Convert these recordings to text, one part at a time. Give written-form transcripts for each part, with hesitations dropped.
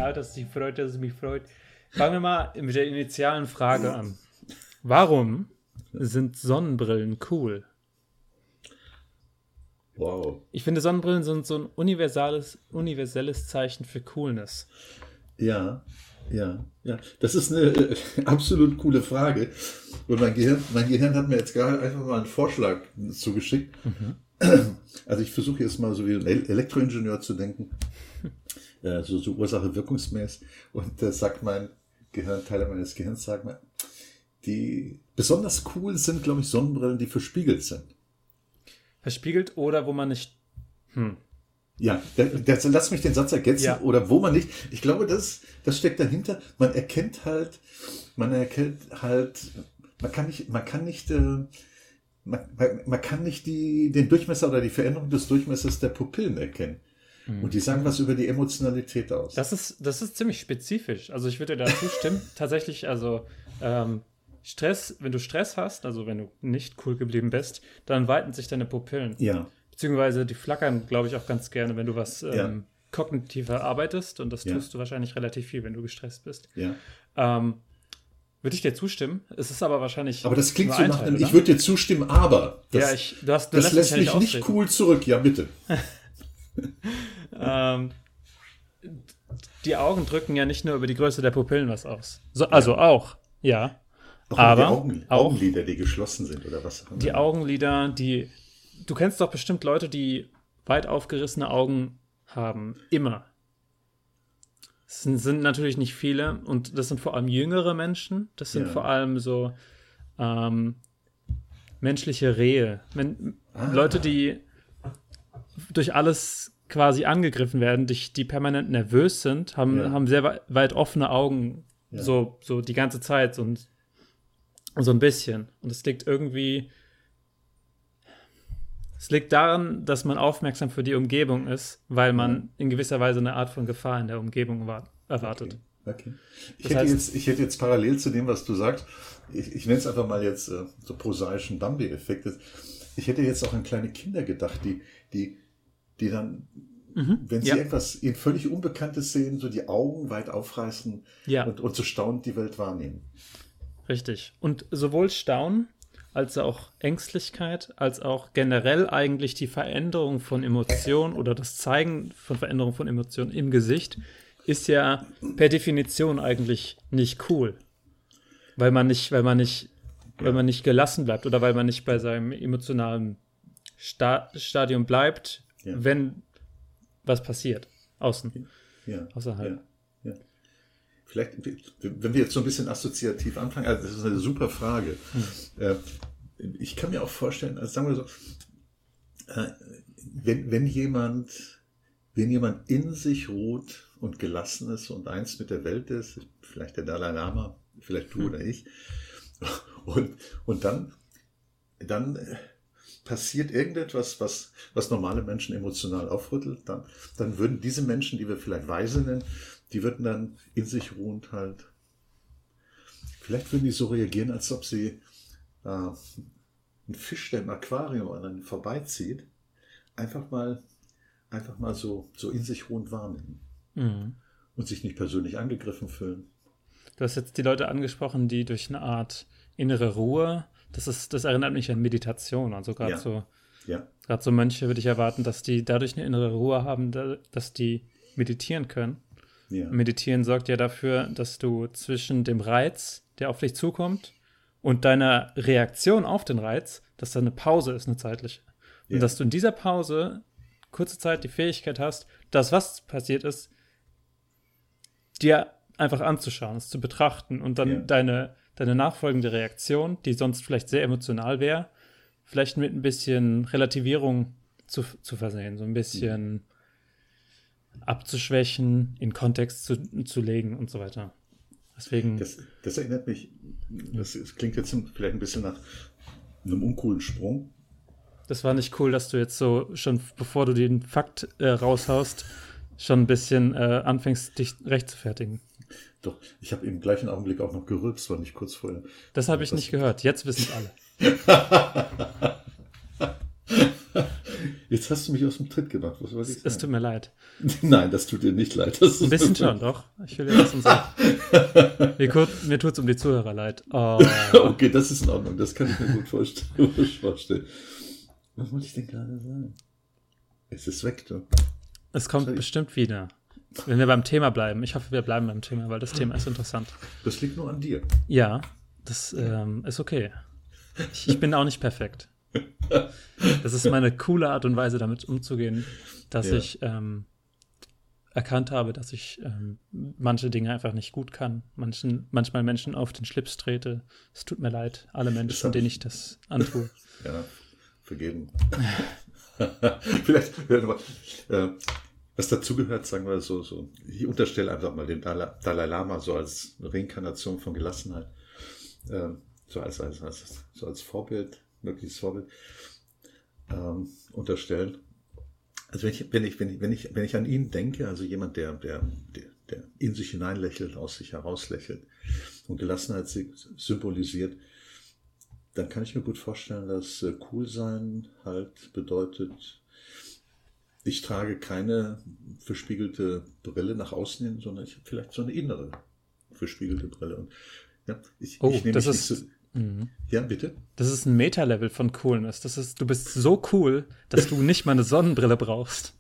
initial, dass es dich freut, dass es mich freut. Fangen wir mal mit der initialen Frage an. Warum sind Sonnenbrillen cool? Wow. Ich finde, Sonnenbrillen sind so ein universelles Zeichen für Coolness. Ja. Das ist eine absolut coole Frage. Und mein Gehirn hat mir jetzt gerade einfach mal einen Vorschlag zugeschickt. Also ich versuche jetzt mal so wie ein Elektroingenieur zu denken. So Ursache-Wirkungsmäßig. Und da sagt mein Gehirn, Teile meines Gehirns sagen mir, die besonders cool sind, glaube ich, Sonnenbrillen, die verspiegelt sind. Verspiegelt oder wo man nicht... Ja, lass mich den Satz ergänzen. Ja. Oder wo man nicht... Ich glaube, das steckt dahinter. Man kann nicht den Durchmesser oder die Veränderung des Durchmessers der Pupillen erkennen. Und die sagen was über die Emotionalität aus. Das ist ziemlich spezifisch. Also ich würde dir da zustimmen. Tatsächlich, also Stress, wenn du Stress hast, also wenn du nicht cool geblieben bist, dann weiten sich deine Pupillen. Ja. Beziehungsweise die flackern, glaube ich, auch ganz gerne, wenn du was kognitiv erarbeitest. Und das tust du wahrscheinlich relativ viel, wenn du gestresst bist. Ja. Würde ich dir zustimmen. Es ist aber wahrscheinlich. Aber das klingt so nach einem, ich würde dir zustimmen, aber. Das lässt mich nicht cool zurück. Ja, bitte. Die Augen drücken ja nicht nur über die Größe der Pupillen was aus. Also auch, ja. Auch aber die Augenlider, die geschlossen sind, oder was? Die Augenlider, du kennst doch bestimmt Leute, die weit aufgerissene Augen haben. Immer. Es sind natürlich nicht viele und das sind vor allem jüngere Menschen. Das sind vor allem so menschliche Rehe. Leute, die durch alles quasi angegriffen werden, die permanent nervös sind, haben sehr weit offene Augen, so die ganze Zeit und so ein bisschen. Und es liegt daran, dass man aufmerksam für die Umgebung ist, weil man in gewisser Weise eine Art von Gefahr in der Umgebung erwartet. Okay. Ich hätte jetzt parallel zu dem, was du sagst, ich nenne es einfach mal jetzt so prosaischen Bambi-Effekt. Ich hätte jetzt auch an kleine Kinder gedacht, die dann, wenn sie etwas ihnen völlig Unbekanntes sehen, so die Augen weit aufreißen und so staunend die Welt wahrnehmen. Richtig. Und sowohl Staunen als auch Ängstlichkeit, als auch generell eigentlich die Veränderung von Emotionen oder das Zeigen von Veränderung von Emotionen im Gesicht ist ja per Definition eigentlich nicht cool. Weil man nicht gelassen bleibt oder weil man nicht bei seinem emotionalen Stadium bleibt, wenn was passiert. Außerhalb. Ja. Vielleicht, wenn wir jetzt so ein bisschen assoziativ anfangen, also das ist eine super Frage. Ich kann mir auch vorstellen, also sagen wir so, wenn jemand in sich ruht und gelassen ist und eins mit der Welt ist, vielleicht der Dalai Lama, vielleicht du oder ich, und dann passiert irgendetwas, was normale Menschen emotional aufrüttelt, dann würden diese Menschen, die wir vielleicht weise nennen, die würden dann in sich ruhend halt, vielleicht würden die so reagieren, als ob sie einen Fisch, der im Aquarium an einem vorbeizieht, einfach mal so in sich ruhend wahrnehmen und sich nicht persönlich angegriffen fühlen. Du hast jetzt die Leute angesprochen, die durch eine Art innere Ruhe, das erinnert mich an Meditation, also gerade so Mönche würde ich erwarten, dass die dadurch eine innere Ruhe haben, dass die meditieren können. Ja. Meditieren sorgt ja dafür, dass du zwischen dem Reiz, der auf dich zukommt, und deiner Reaktion auf den Reiz, dass da eine Pause ist, eine zeitliche. Und dass du in dieser Pause kurze Zeit die Fähigkeit hast, das, was passiert ist, dir einfach anzuschauen, es zu betrachten und dann deine nachfolgende Reaktion, die sonst vielleicht sehr emotional wäre, vielleicht mit ein bisschen Relativierung zu versehen, so ein bisschen abzuschwächen, in Kontext zu legen und so weiter. Deswegen. Das erinnert mich, das klingt jetzt vielleicht ein bisschen nach einem uncoolen Sprung. Das war nicht cool, dass du jetzt so schon, bevor du den Fakt raushaust, schon ein bisschen anfängst, dich rechtfertigen. Doch, ich habe im gleichen Augenblick auch noch gerülpst, war nicht kurz vorher. Das habe ich nicht gehört. Jetzt wissen es alle. Jetzt hast du mich aus dem Tritt gemacht. Was wollte ich sagen? Es tut mir leid. Nein, das tut dir nicht leid. Ein bisschen schon, doch. Ich will ja was sagen. Mir tut es um die Zuhörer leid. Oh. Okay, das ist in Ordnung. Das kann ich mir gut vorstellen. Was wollte ich denn gerade sagen? Es ist weg, du. Es kommt bestimmt wieder. Wenn wir beim Thema bleiben. Ich hoffe, wir bleiben beim Thema, weil das Thema ist interessant. Das liegt nur an dir. Ja, das ist okay. Ich bin auch nicht perfekt. Das ist meine coole Art und Weise, damit umzugehen, dass ich erkannt habe, dass ich manche Dinge einfach nicht gut kann. Manchmal Menschen auf den Schlips trete. Es tut mir leid, alle Menschen, denen ich das antue. Ja, vergeben. Vielleicht, was dazugehört, sagen wir so, ich unterstelle einfach mal den Dalai Lama so als Reinkarnation von Gelassenheit, so als Vorbild, mögliches Vorbild, unterstellen. Also wenn ich an ihn denke, also jemand, der in sich hineinlächelt, aus sich herauslächelt und Gelassenheit symbolisiert, dann kann ich mir gut vorstellen, dass cool sein halt bedeutet, ich trage keine verspiegelte Brille nach außen hin, sondern ich habe vielleicht so eine innere verspiegelte Brille. Und ja, ich nehme das ist nicht so. Ja, bitte? Das ist ein Meta-Level von Coolness. Du bist so cool, dass du nicht mal eine Sonnenbrille brauchst.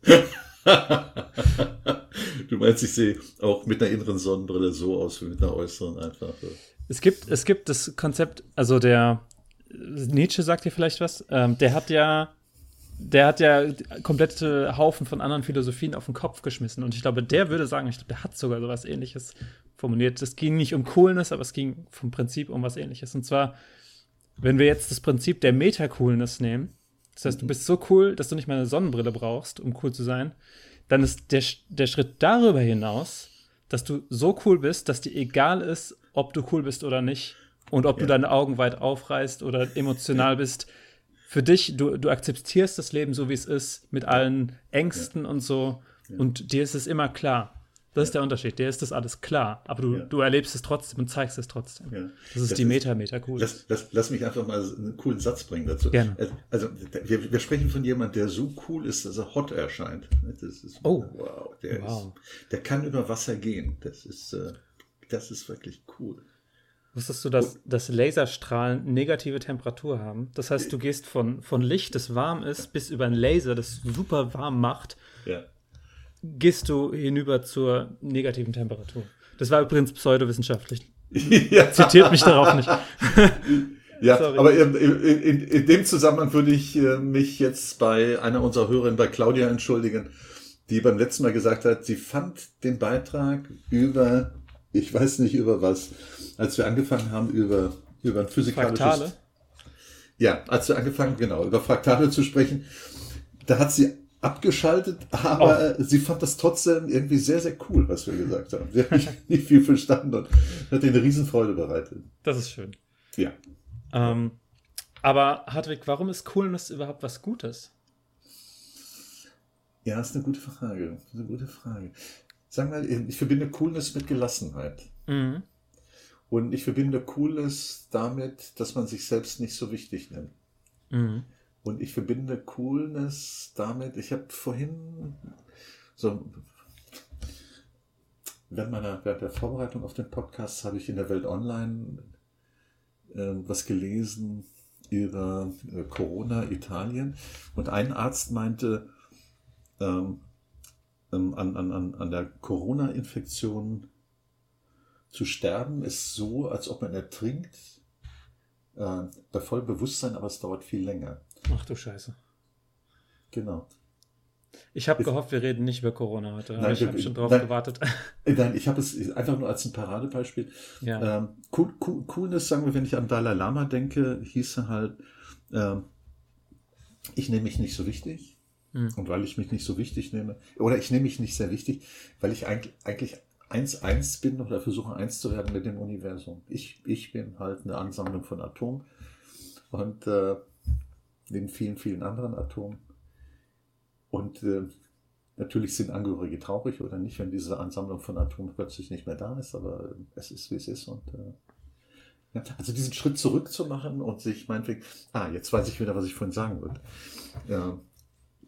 Du meinst, ich sehe auch mit einer inneren Sonnenbrille so aus wie mit einer äußeren einfach. Es gibt das Konzept, also der Nietzsche sagt dir vielleicht was, der hat ja komplette Haufen von anderen Philosophien auf den Kopf geschmissen. Und ich glaube, der würde sagen, der hat sogar sowas Ähnliches formuliert. Es ging nicht um Coolness, aber es ging vom Prinzip um was Ähnliches. Und zwar, wenn wir jetzt das Prinzip der Meta-Coolness nehmen, das heißt, du bist so cool, dass du nicht mal eine Sonnenbrille brauchst, um cool zu sein, dann ist der Schritt darüber hinaus, dass du so cool bist, dass dir egal ist, ob du cool bist oder nicht und ob du deine Augen weit aufreißt oder emotional bist. Für dich, du akzeptierst das Leben so, wie es ist, mit allen Ängsten und so. Ja. Und dir ist es immer klar. Das ist der Unterschied. Dir ist das alles klar. Aber du erlebst es trotzdem und zeigst es trotzdem. Ja. Das ist die Meta-Cool. Lass mich einfach mal einen coolen Satz bringen dazu. Gerne. Also, wir sprechen von jemandem, der so cool ist, dass er hot erscheint. Das ist, wow. Der kann über Wasser gehen. Das ist wirklich cool. Wusstest du, dass Laserstrahlen negative Temperatur haben? Das heißt, du gehst von Licht, das warm ist, bis über ein Laser, das super warm macht, gehst du hinüber zur negativen Temperatur. Das war übrigens pseudowissenschaftlich. Zitiert mich darauf nicht. Ja, aber in dem Zusammenhang würde ich mich jetzt bei einer unserer Hörerinnen, bei Claudia, entschuldigen, die beim letzten Mal gesagt hat, sie fand den Beitrag über, ich weiß nicht über was, als wir angefangen haben über ein physikalisches... Fraktale? Ja, als wir angefangen, über Fraktale zu sprechen, da hat sie abgeschaltet, aber sie fand das trotzdem irgendwie sehr, sehr cool, was wir gesagt haben. Sie hat nicht viel verstanden und hat ihr eine Riesenfreude bereitet. Das ist schön. Ja. Aber Hartwig, warum ist Coolness überhaupt was Gutes? Ja, ist eine gute Frage. Sag mal, ich verbinde Coolness mit Gelassenheit. Mhm. Und ich verbinde Coolness damit, dass man sich selbst nicht so wichtig nimmt. Mhm. Und ich verbinde Coolness damit, ich habe vorhin so, während der Vorbereitung auf den Podcast habe ich in der Welt Online was gelesen über Corona Italien. Und ein Arzt meinte, an der Corona-Infektion zu sterben ist so, als ob man ertrinkt, bei vollem Bewusstsein, aber es dauert viel länger. Ach du Scheiße. Genau. Ich habe gehofft, wir reden nicht über Corona heute, aber ich habe schon drauf gewartet. Nein, ich habe es einfach nur als ein Paradebeispiel. Ja. Coolness, sagen wir, wenn ich an Dalai Lama denke, hieße halt, ich nehme mich nicht so wichtig. Und weil ich mich nicht so wichtig nehme, oder ich nehme mich nicht sehr wichtig, weil ich eigentlich 1 bin oder versuche 1 zu werden mit dem Universum. Ich bin halt eine Ansammlung von Atomen und neben vielen, vielen anderen Atomen. Und natürlich sind Angehörige traurig oder nicht, wenn diese Ansammlung von Atomen plötzlich nicht mehr da ist, aber es ist, wie es ist. Und also diesen Schritt zurück zu machen und sich meinetwegen, jetzt weiß ich wieder, was ich vorhin sagen würde.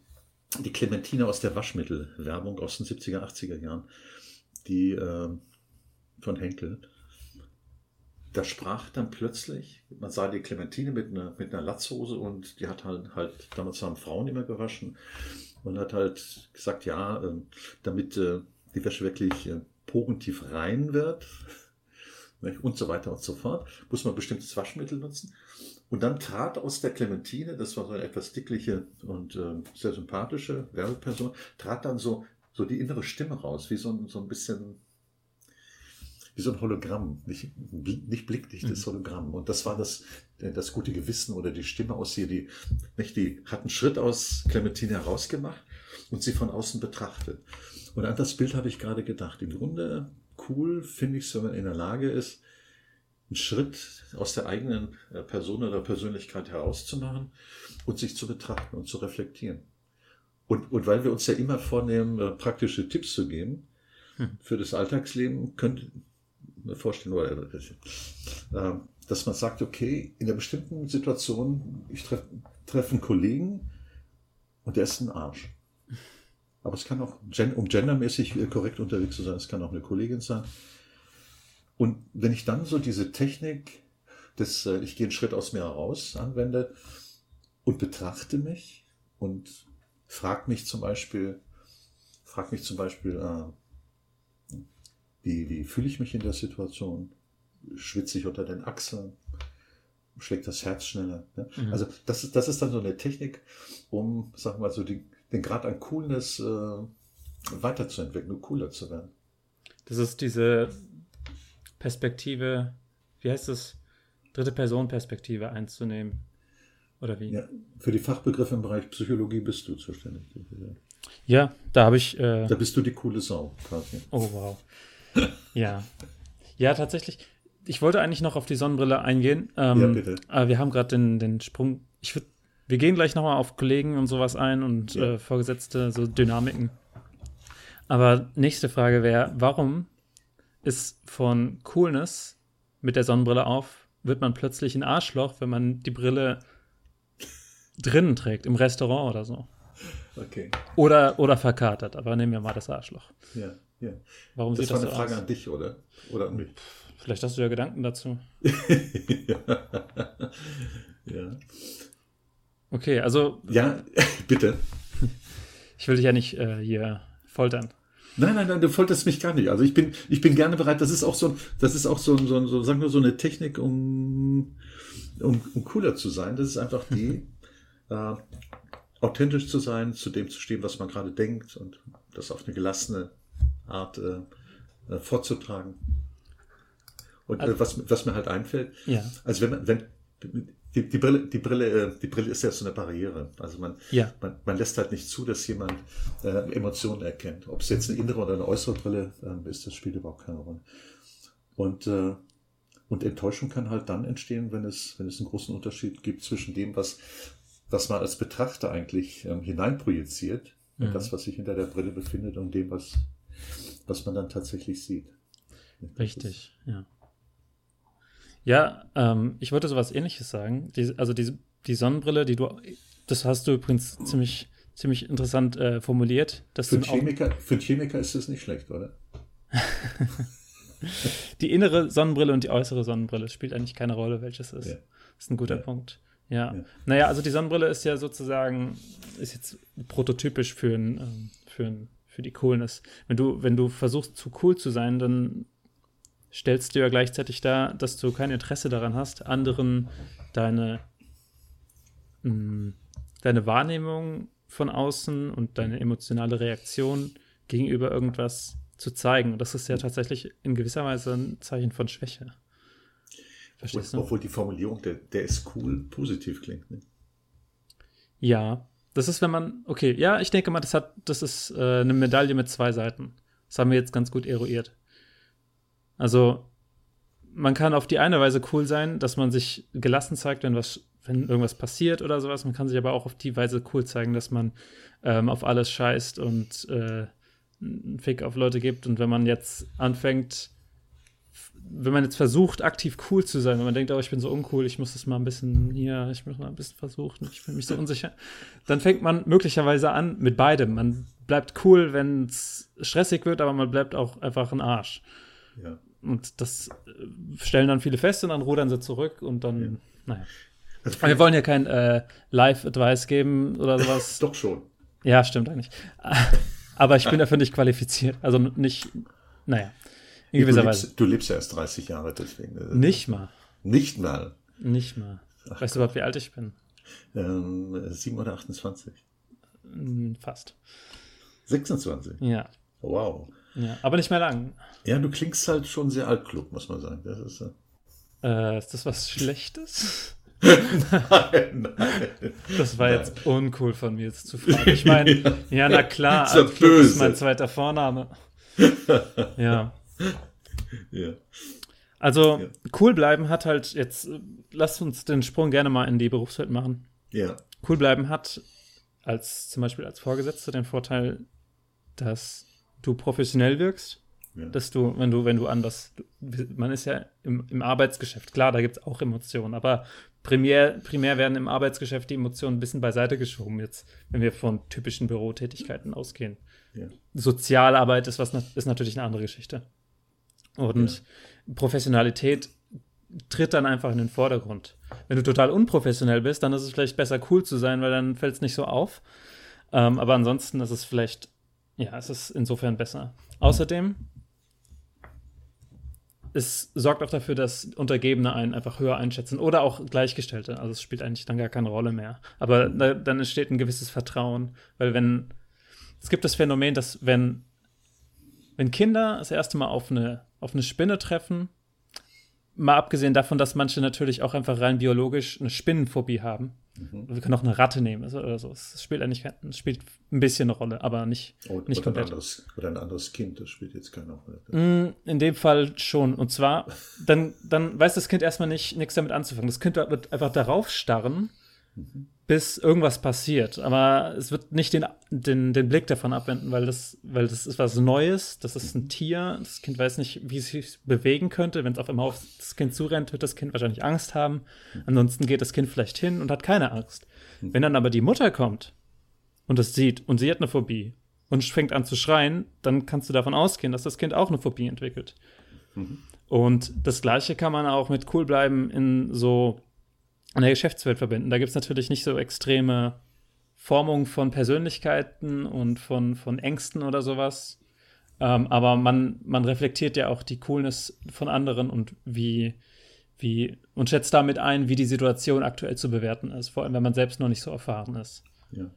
die Clementine aus der Waschmittelwerbung aus den 70er, 80er Jahren, die von Henkel. Da sprach dann plötzlich, man sah die Clementine mit einer Latzhose und die hat halt damals haben Frauen immer gewaschen und hat halt gesagt, ja, damit die Wäsche wirklich porentief rein wird und so weiter und so fort, muss man bestimmtes Waschmittel nutzen. Und dann trat aus der Clementine, das war so eine etwas dickliche und sehr sympathische Werbeperson, trat dann so die innere Stimme raus, wie so ein bisschen, wie so ein Hologramm, nicht blickdicht, das Hologramm. Und das war das gute Gewissen oder die Stimme aus ihr, die hat einen Schritt aus Clementine herausgemacht und sie von außen betrachtet. Und an das Bild habe ich gerade gedacht. Im Grunde cool finde ich es, wenn man in der Lage ist, einen Schritt aus der eigenen Person oder Persönlichkeit herauszumachen und sich zu betrachten und zu reflektieren. Und weil wir uns ja immer vornehmen, praktische Tipps zu geben für das Alltagsleben, könnte ich mir vorstellen, dass man sagt, okay, in einer bestimmten Situation, ich treffe einen Kollegen und der ist ein Arsch. Aber es kann auch, um gendermäßig korrekt unterwegs zu sein, es kann auch eine Kollegin sein. Und wenn ich dann so diese Technik ich gehe einen Schritt aus mir heraus anwende und betrachte mich und frag mich zum Beispiel, wie fühle ich mich in der Situation? Schwitze ich unter den Achseln? Schlägt das Herz schneller? Ne? Mhm. Also das ist dann so eine Technik, um, sagen wir mal, so den Grad an Coolness weiterzuentwickeln und cooler zu werden. Das ist diese Perspektive, wie heißt das? Dritte-Person-Perspektive einzunehmen. Oder wie? Ja, für die Fachbegriffe im Bereich Psychologie bist du zuständig. Ja, da habe ich... da bist du die coole Sau, quasi. Oh, wow. Ja. Ja, tatsächlich. Ich wollte eigentlich noch auf die Sonnenbrille eingehen. Ja, bitte. Aber wir haben gerade den Sprung... Wir gehen gleich nochmal auf Kollegen und sowas ein und Vorgesetzte, so Dynamiken. Aber nächste Frage wäre, warum ist von Coolness mit der Sonnenbrille auf, wird man plötzlich ein Arschloch, wenn man die Brille drinnen trägt, im Restaurant oder so? Okay. Oder verkatert, aber nehmen wir mal das Arschloch. Ja. Warum das sieht das so aus? Das war eine Frage an dich, oder? Oder an mich? Vielleicht hast du ja Gedanken dazu. Ja. Okay, also... Ja, bitte. Ich will dich ja nicht hier foltern. Nein, du folterst mich gar nicht. Also ich bin gerne bereit. Das ist auch so, sagen wir so eine Technik, um cooler zu sein. Das ist einfach die, authentisch zu sein, zu dem zu stehen, was man gerade denkt und das auf eine gelassene Art vorzutragen. Und also, was mir halt einfällt, also wenn die Brille ist ja so eine Barriere. Also man lässt halt nicht zu, dass jemand Emotionen erkennt. Ob es jetzt eine innere oder eine äußere Brille ist, das spielt überhaupt keine Rolle. Und Enttäuschung kann halt dann entstehen, wenn es einen großen Unterschied gibt zwischen dem, was man als Betrachter eigentlich hineinprojiziert, das, was sich hinter der Brille befindet, und dem, was man dann tatsächlich sieht. Richtig, ja. Ja, ich wollte sowas Ähnliches sagen. Die Sonnenbrille, das hast du übrigens ziemlich interessant formuliert. Dass für einen Chemiker ist das nicht schlecht, oder? Die innere Sonnenbrille und die äußere Sonnenbrille spielt eigentlich keine Rolle, welches ist. Ja. Das ist ein guter Punkt. Ja. Naja, also die Sonnenbrille ist ja sozusagen, ist jetzt prototypisch für die Coolness. Wenn du versuchst, zu cool zu sein, dann stellst du ja gleichzeitig dar, dass du kein Interesse daran hast, anderen deine Wahrnehmung von außen und deine emotionale Reaktion gegenüber irgendwas zu zeigen. Und das ist ja tatsächlich in gewisser Weise ein Zeichen von Schwäche. Verstehst du? Obwohl die Formulierung, der ist cool, positiv klingt, ne? Ja, das ist, wenn man, okay, ja, ich denke mal, das ist eine Medaille mit zwei Seiten. Das haben wir jetzt ganz gut eruiert. Also, man kann auf die eine Weise cool sein, dass man sich gelassen zeigt, wenn irgendwas passiert oder sowas. Man kann sich aber auch auf die Weise cool zeigen, dass man auf alles scheißt und einen Fick auf Leute gibt. Und wenn man jetzt anfängt, wenn man jetzt versucht, aktiv cool zu sein, wenn man denkt, oh, ich bin so uncool, ich muss mal ein bisschen versuchen, ich bin mich so unsicher, dann fängt man möglicherweise an mit beidem. Man bleibt cool, wenn es stressig wird, aber man bleibt auch einfach ein Arsch. Ja. Und das stellen dann viele fest und dann rudern sie zurück und dann, naja. Also wir wollen ja kein Live-Advice geben oder sowas. Doch schon. Ja, stimmt eigentlich. Aber ich bin dafür nicht qualifiziert. Also nicht, naja. In gewisser Weise. Du lebst ja erst 30 Jahre, deswegen. Nicht mal. Nicht mal? Nicht mal. Ach, weißt du überhaupt, wie alt ich bin? 7 oder 28? Fast. 26? Ja. Wow. Ja, aber nicht mehr lang. Ja, du klingst halt schon sehr altklug, muss man sagen. Das ist das was Schlechtes? Nein. Das war jetzt uncool von mir jetzt zu fragen. Ich meine, ja, na klar, altklug ist mein zweiter Vorname. Ja. Ja. Also, cool bleiben hat halt jetzt, lass uns den Sprung gerne mal in die Berufswelt machen. Ja. Cool bleiben hat zum Beispiel als Vorgesetzter den Vorteil, dass du professionell wirkst, dass du, wenn du anders, man ist ja im Arbeitsgeschäft, klar, da gibt es auch Emotionen, aber primär werden im Arbeitsgeschäft die Emotionen ein bisschen beiseite geschoben jetzt, wenn wir von typischen Bürotätigkeiten ausgehen. Ja. Sozialarbeit ist natürlich eine andere Geschichte. Und Professionalität tritt dann einfach in den Vordergrund. Wenn du total unprofessionell bist, dann ist es vielleicht besser, cool zu sein, weil dann fällt es nicht so auf. Aber ansonsten ist es vielleicht, es ist insofern besser. Außerdem, es sorgt auch dafür, dass Untergebene einen einfach höher einschätzen oder auch Gleichgestellte. Also es spielt eigentlich dann gar keine Rolle mehr. Aber dann entsteht ein gewisses Vertrauen, weil es gibt das Phänomen, dass wenn Kinder das erste Mal auf eine Spinne treffen, mal abgesehen davon, dass manche natürlich auch einfach rein biologisch eine Spinnenphobie haben. Wir können auch eine Ratte nehmen oder so. Es spielt eigentlich spielt ein bisschen eine Rolle, aber nicht komplett. Oder ein anderes Kind, das spielt jetzt keine Rolle. In dem Fall schon. Und zwar, dann weiß das Kind erstmal nichts damit anzufangen. Das Kind wird einfach darauf starren, bis irgendwas passiert. Aber es wird nicht den Blick davon abwenden, weil das ist was Neues. Das ist ein Tier. Das Kind weiß nicht, wie es sich bewegen könnte. Wenn es auf einmal auf das Kind zurennt, wird das Kind wahrscheinlich Angst haben. Ansonsten geht das Kind vielleicht hin und hat keine Angst. Wenn dann aber die Mutter kommt und es sieht und sie hat eine Phobie und fängt an zu schreien, dann kannst du davon ausgehen, dass das Kind auch eine Phobie entwickelt. Und das Gleiche kann man auch mit cool bleiben in der Geschäftswelt verbinden. Da gibt es natürlich nicht so extreme Formungen von Persönlichkeiten und von Ängsten oder sowas. Aber man reflektiert ja auch die Coolness von anderen und und schätzt damit ein, wie die Situation aktuell zu bewerten ist, vor allem wenn man selbst noch nicht so erfahren ist. Ja.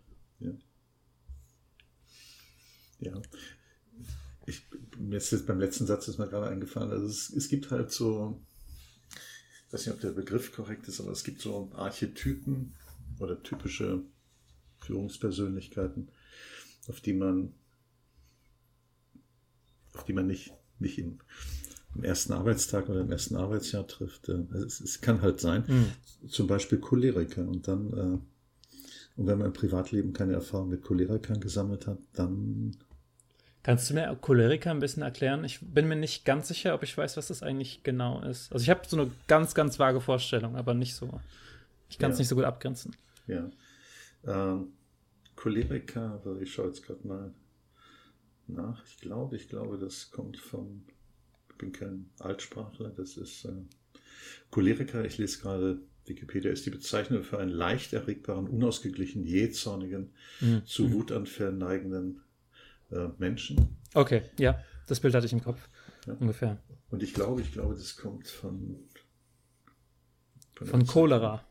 Mir ist jetzt beim letzten Satz ist mir gerade eingefallen, also es gibt halt so, ich weiß nicht, ob der Begriff korrekt ist, aber es gibt so Archetypen oder typische Führungspersönlichkeiten, auf die man nicht im ersten Arbeitstag oder im ersten Arbeitsjahr trifft. Also es kann halt sein, zum Beispiel Choleriker. Und dann, und wenn man im Privatleben keine Erfahrung mit Cholerikern gesammelt hat, dann... Kannst du mir Choleriker ein bisschen erklären? Ich bin mir nicht ganz sicher, ob ich weiß, was das eigentlich genau ist. Also ich habe so eine ganz, ganz vage Vorstellung, aber nicht so. Ich kann es nicht so gut abgrenzen. Ja. Choleriker, also ich schaue jetzt gerade mal nach. Ich glaube, das kommt ich bin kein Altsprachler, das ist Choleriker, ich lese gerade Wikipedia, ist die Bezeichnung für einen leicht erregbaren, unausgeglichenen, jähzornigen, zu Wutanfällen neigenden Menschen. Okay, ja, das Bild hatte ich im Kopf, ungefähr. Und ich glaube, das kommt von Cholera.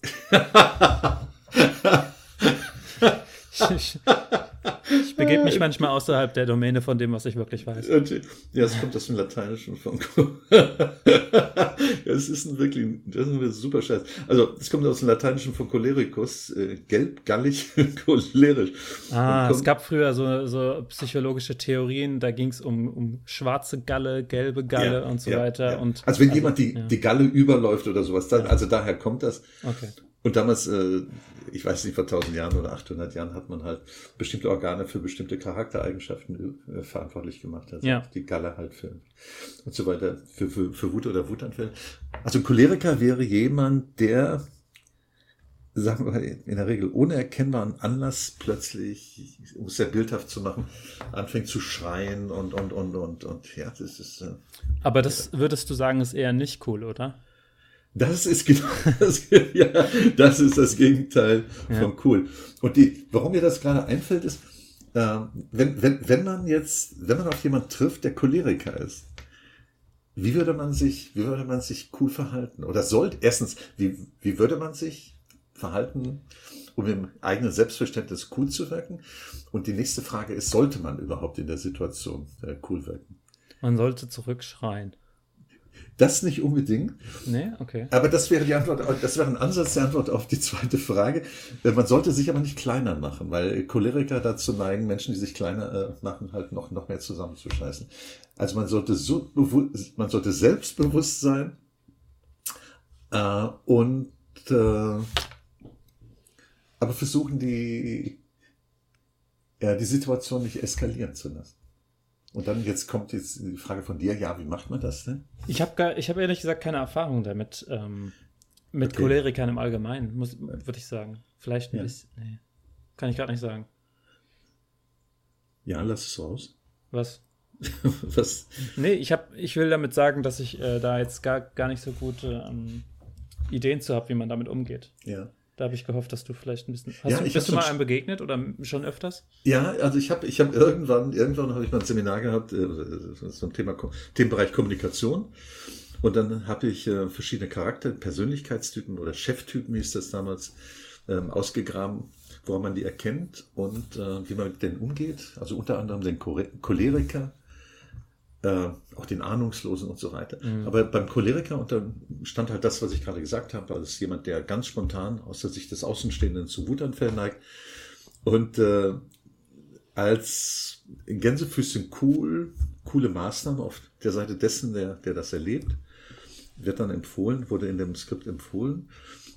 Ich begebe mich manchmal außerhalb der Domäne von dem, was ich wirklich weiß. Ja, es kommt aus dem Lateinischen von das ist ein super Scheiß. Also, es kommt aus dem Lateinischen von Cholericus, gelb, gallig, cholerisch. Es gab früher so psychologische Theorien, da ging es um schwarze Galle, gelbe Galle und so weiter. Ja. Also wenn jemand die Galle überläuft oder sowas, dann, also daher kommt das. Okay. Und damals, ich weiß nicht, vor 1000 Jahren oder 800 Jahren hat man halt bestimmte Organe für bestimmte Charaktereigenschaften verantwortlich gemacht. Also die Galle halt für und so weiter, für Wut oder Wutanfälle. Also Choleriker wäre jemand, der, sagen wir in der Regel ohne erkennbaren Anlass plötzlich, um es sehr bildhaft zu machen, anfängt zu schreien und ja, das ist. Aber das würdest du sagen, ist eher nicht cool, oder? Das ist genau das ist das Gegenteil von cool. Und warum mir das gerade einfällt, ist, wenn man auf jemanden trifft, der Choleriker ist, wie würde man sich cool verhalten? Oder erstens, wie würde man sich verhalten, um im eigenen Selbstverständnis cool zu wirken? Und die nächste Frage ist, sollte man überhaupt in der Situation cool wirken? Man sollte zurückschreien. Das nicht unbedingt. Nee, okay. Aber das wäre ein Ansatz der Antwort auf die zweite Frage. Man sollte sich aber nicht kleiner machen, weil Choleriker dazu neigen, Menschen, die sich kleiner machen, halt noch mehr zusammenzuscheißen. Also man sollte selbstbewusst sein und aber versuchen, die Situation nicht eskalieren zu lassen. Und dann kommt jetzt die Frage von dir, wie macht man das denn? Ich hab ehrlich gesagt keine Erfahrung damit, mit Cholerikern im Allgemeinen, würde ich sagen. Vielleicht ein bisschen, nee, kann ich gerade nicht sagen. Ja, lass es raus. Was? Was? Nee, ich will damit sagen, dass ich da jetzt gar nicht so gute Ideen zu habe, wie man damit umgeht. Ja. Da habe ich gehofft, dass du vielleicht ein bisschen. Bist du mal einem begegnet oder schon öfters? Ja, also ich habe irgendwann habe ich mal ein Seminar gehabt, zum Themenbereich Kommunikation. Und dann habe ich verschiedene Persönlichkeitstypen oder Cheftypen, hieß das damals, ausgegraben, woran man die erkennt und wie man mit denen umgeht. Also unter anderem den Choleriker, auch den Ahnungslosen und so weiter. Mhm. Aber beim Choleriker stand halt das, was ich gerade gesagt habe, als jemand, der ganz spontan aus der Sicht des Außenstehenden zu Wutanfällen neigt und als in Gänsefüßchen coole Maßnahme auf der Seite dessen, der das erlebt, wurde in dem Skript empfohlen,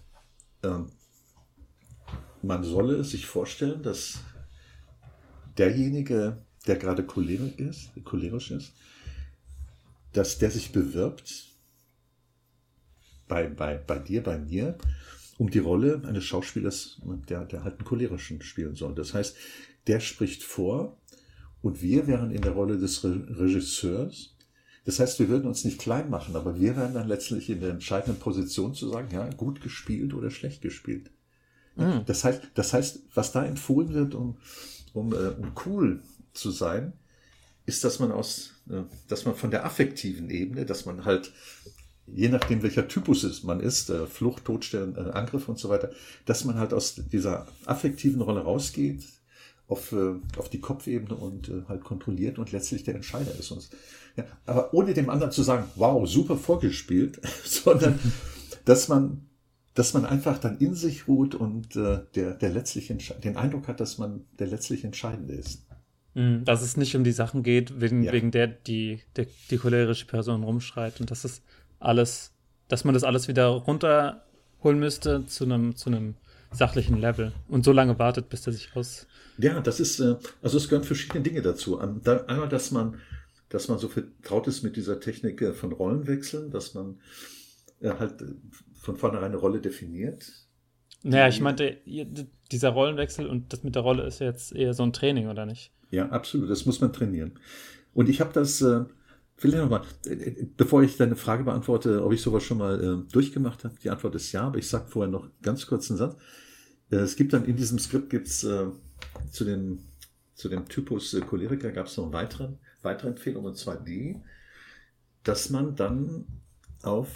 man solle sich vorstellen, dass derjenige, der gerade cholerisch ist, dass der sich bewirbt bei dir, bei mir, um die Rolle eines Schauspielers, der halt einen cholerischen spielen soll. Das heißt, der spricht vor und wir wären in der Rolle des Regisseurs. Das heißt, wir würden uns nicht klein machen, aber wir wären dann letztlich in der entscheidenden Position zu sagen, ja, gut gespielt oder schlecht gespielt. Mhm. Das heißt, was da empfohlen wird, um cool zu sein, ist, dass man von der affektiven Ebene, dass man halt, je nachdem welcher Typus man ist, Flucht, Todstellen, Angriff und so weiter, dass man halt aus dieser affektiven Rolle rausgeht, auf die Kopfebene und halt kontrolliert und letztlich der Entscheider ist. Aber ohne dem anderen zu sagen, wow, super vorgespielt, sondern dass man einfach dann in sich ruht und der letztlich den Eindruck hat, dass man der letztlich Entscheidende ist. Dass es nicht um die Sachen geht, wegen der die cholerische Person rumschreit und dass man das alles wieder runterholen müsste zu einem sachlichen Level und so lange wartet, bis der sich aus... Ja, das ist, also es gehören verschiedene Dinge dazu. Einmal, dass man so vertraut ist mit dieser Technik von Rollenwechseln, dass man halt von vornherein eine Rolle definiert. Naja, ich meinte, dieser Rollenwechsel und das mit der Rolle ist jetzt eher so ein Training, oder nicht? Ja, absolut, das muss man trainieren. Und ich habe das, vielleicht nochmal, bevor ich deine Frage beantworte, ob ich sowas schon mal durchgemacht habe, die Antwort ist ja, aber ich sage vorher noch ganz kurz einen Satz. Es gibt dann in diesem Skript, zu dem Typus Choleriker gab es noch eine weitere Empfehlung, und zwar die, dass man dann also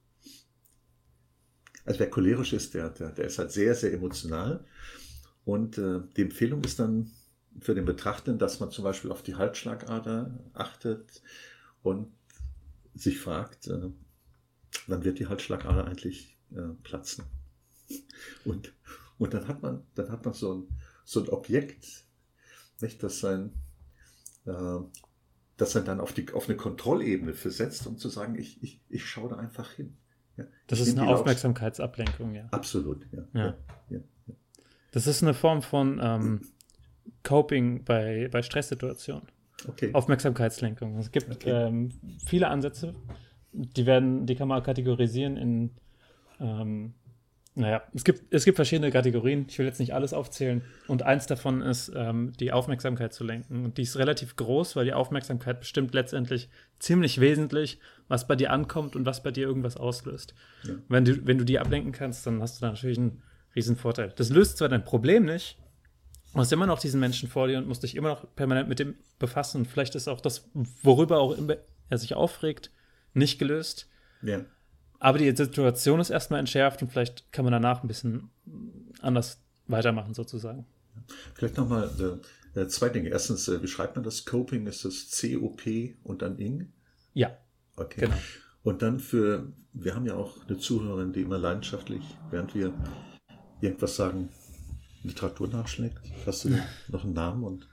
wer cholerisch ist, der ist halt sehr, sehr emotional. Und die Empfehlung ist dann für den Betrachtenden, dass man zum Beispiel auf die Halsschlagader achtet und sich fragt, wann wird die Halsschlagader eigentlich platzen? Und dann hat man so ein Objekt, nicht, das einen dann auf eine Kontrollebene versetzt, um zu sagen, ich schaue da einfach hin. Ja. Das ist eine Aufmerksamkeitsablenkung, ja. Absolut, ja. Das ist eine Form von Coping bei Stresssituationen. Okay. Aufmerksamkeitslenkung. Es gibt viele Ansätze, die kann man kategorisieren in es gibt verschiedene Kategorien. Ich will jetzt nicht alles aufzählen. Und eins davon ist, die Aufmerksamkeit zu lenken. Und die ist relativ groß, weil die Aufmerksamkeit bestimmt letztendlich ziemlich wesentlich, was bei dir ankommt und was bei dir irgendwas auslöst. Ja. Wenn du die ablenken kannst, dann hast du da natürlich einen riesen Vorteil. Das löst zwar dein Problem nicht, du hast immer noch diesen Menschen vor dir und musst dich immer noch permanent mit dem befassen. Und vielleicht ist auch das, worüber auch immer er sich aufregt, nicht gelöst. Ja. Aber die Situation ist erstmal entschärft und vielleicht kann man danach ein bisschen anders weitermachen, sozusagen. Vielleicht nochmal zwei Dinge. Erstens, wie schreibt man das? Coping, ist das C-O-P und dann Ing? Ja, okay. Genau. Und dann wir haben ja auch eine Zuhörerin, die immer leidenschaftlich, während wir irgendwas sagen, Literatur nachschlägt. Hast du noch einen Namen? Und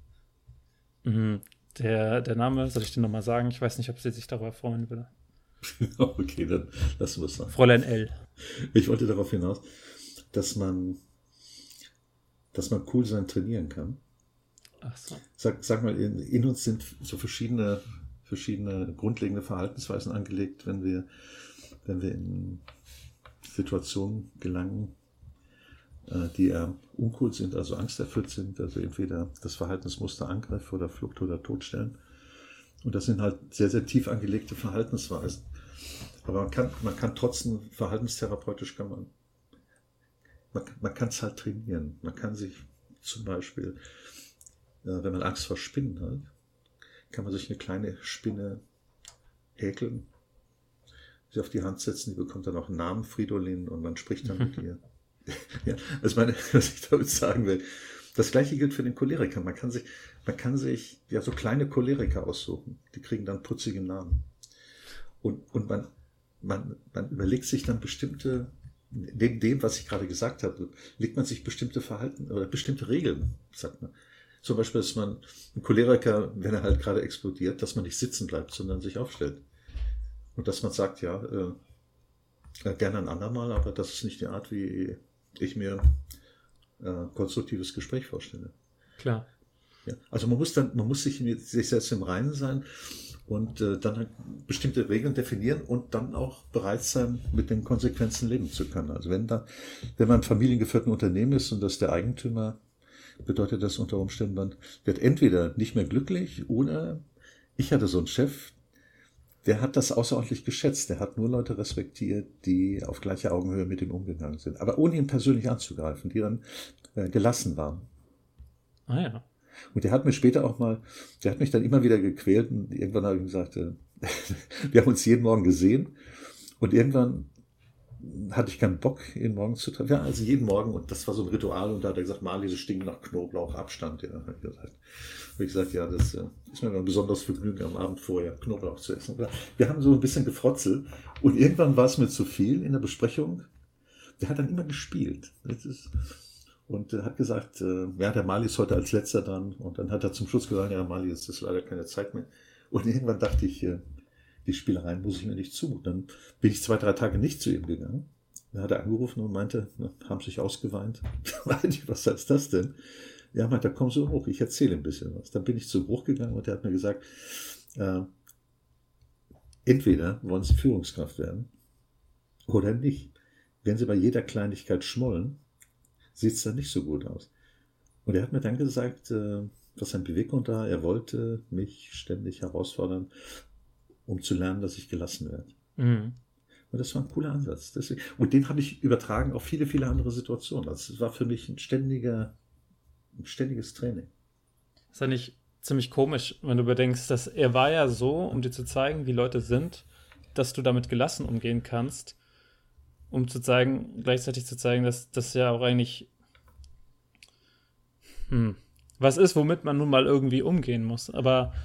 der Name, soll ich dir nochmal sagen? Ich weiß nicht, ob sie sich darüber freuen würde. Okay, dann lassen wir es noch. Fräulein L. Ich wollte darauf hinaus, dass man cool sein trainieren kann. Ach so. Sag mal, in uns sind so verschiedene grundlegende Verhaltensweisen angelegt, wenn wir in Situationen gelangen, die eher uncool sind, also angsterfüllt sind, also entweder das Verhaltensmuster Angriff oder Flucht oder Todstellen. Und das sind halt sehr, sehr tief angelegte Verhaltensweisen. Aber man kann trotzdem, verhaltenstherapeutisch man kann es halt trainieren. Man kann sich zum Beispiel, wenn man Angst vor Spinnen hat, kann man sich eine kleine Spinne häkeln, sie auf die Hand setzen, die bekommt dann auch einen Namen, Fridolin, und man spricht dann mit ihr. Ja, also was ich damit sagen will, das Gleiche gilt für den Choleriker. Man kann sich ja so kleine Choleriker aussuchen. Die kriegen dann putzige Namen. Und man überlegt sich dann bestimmte, neben dem, was ich gerade gesagt habe, legt man sich bestimmte Verhalten oder bestimmte Regeln, sagt man. Zum Beispiel, dass man ein Choleriker, wenn er halt gerade explodiert, dass man nicht sitzen bleibt, sondern sich aufstellt. Und dass man sagt, ja, gerne ein andermal, aber das ist nicht die Art, wie ich mir konstruktives Gespräch vorstelle. Klar. Ja, also man muss sich selbst im Reinen sein und dann halt bestimmte Regeln definieren und dann auch bereit sein, mit den Konsequenzen leben zu können. Also wenn man im familiengeführten Unternehmen ist und das der Eigentümer, bedeutet das unter Umständen, man wird entweder nicht mehr glücklich oder ich hatte so einen Chef, der hat das außerordentlich geschätzt. Der hat nur Leute respektiert, die auf gleicher Augenhöhe mit ihm umgegangen sind. Aber ohne ihn persönlich anzugreifen, die dann gelassen waren. Ah ja. Und der hat mich dann immer wieder gequält und irgendwann habe ich ihm gesagt, wir haben uns jeden Morgen gesehen und irgendwann hatte ich keinen Bock, ihn morgens zu treffen. Ja, also jeden Morgen, und das war so ein Ritual, und da hat er gesagt, Marley, sie stinken nach Knoblauch, Abstand. Ja, habe ich gesagt, ja, das ist mir ein besonderes Vergnügen, am Abend vorher Knoblauch zu essen. Wir haben so ein bisschen gefrotzelt und irgendwann war es mir zu viel in der Besprechung. Der hat dann immer gespielt. Und er hat gesagt, der Marley ist heute als letzter dran. Und dann hat er zum Schluss gesagt, ja, Marley, es ist leider keine Zeit mehr. Und irgendwann dachte ich, die Spielereien muss ich mir nicht zumuten. Dann bin ich 2-3 Tage nicht zu ihm gegangen. Dann hat er angerufen und meinte, haben sich ausgeweint. Was heißt das denn? Ja, meinte, komm so hoch, ich erzähle ein bisschen was. Dann bin ich zu ihm hochgegangen und er hat mir gesagt, entweder wollen Sie Führungskraft werden oder nicht. Wenn Sie bei jeder Kleinigkeit schmollen, sieht es dann nicht so gut aus. Und er hat mir dann gesagt, was sein Beweggrund war, er wollte mich ständig herausfordern, um zu lernen, dass ich gelassen werde. Mhm. Und das war ein cooler Ansatz. Und den habe ich übertragen auf viele, viele andere Situationen. Also es war für mich ein ständiges Training. Das ist ja nicht ziemlich komisch, wenn du bedenkst, dass er war ja so, um dir zu zeigen, wie Leute sind, dass du damit gelassen umgehen kannst, um gleichzeitig zu zeigen, dass das ja auch eigentlich was ist, womit man nun mal irgendwie umgehen muss. Aber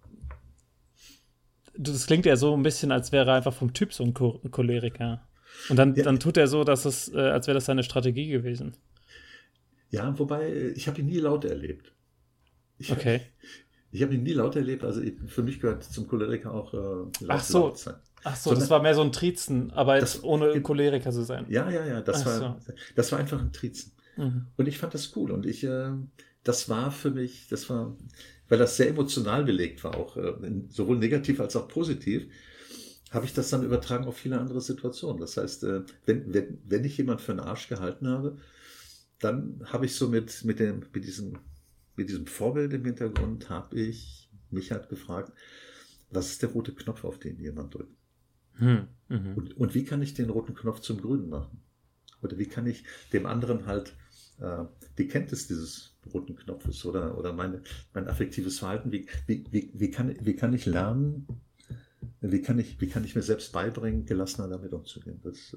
das klingt ja so ein bisschen, als wäre er einfach vom Typ so ein Choleriker. Und dann tut er so, dass es, als wäre das seine Strategie gewesen. Ja, wobei, ich habe ihn nie laut erlebt. Okay. Ich habe ihn nie laut erlebt, also für mich gehört zum Choleriker auch laut sein. Ach so, das war mehr so ein Triezen, aber jetzt ohne Choleriker zu sein. Ja, das war einfach ein Triezen. Mhm. Und ich fand das cool und das war für mich, weil das sehr emotional belegt war, auch sowohl negativ als auch positiv, habe ich das dann übertragen auf viele andere Situationen. Das heißt, wenn ich jemand für einen Arsch gehalten habe, dann habe ich so mit diesem Vorbild im Hintergrund, habe ich mich halt gefragt, was ist der rote Knopf, auf den jemand drückt? Und wie kann ich den roten Knopf zum Grünen machen? Oder wie kann ich dem anderen halt die Kenntnis dieses roten Knopfes oder mein affektives Verhalten, wie kann ich lernen, wie kann ich mir selbst beibringen, gelassener damit umzugehen? Das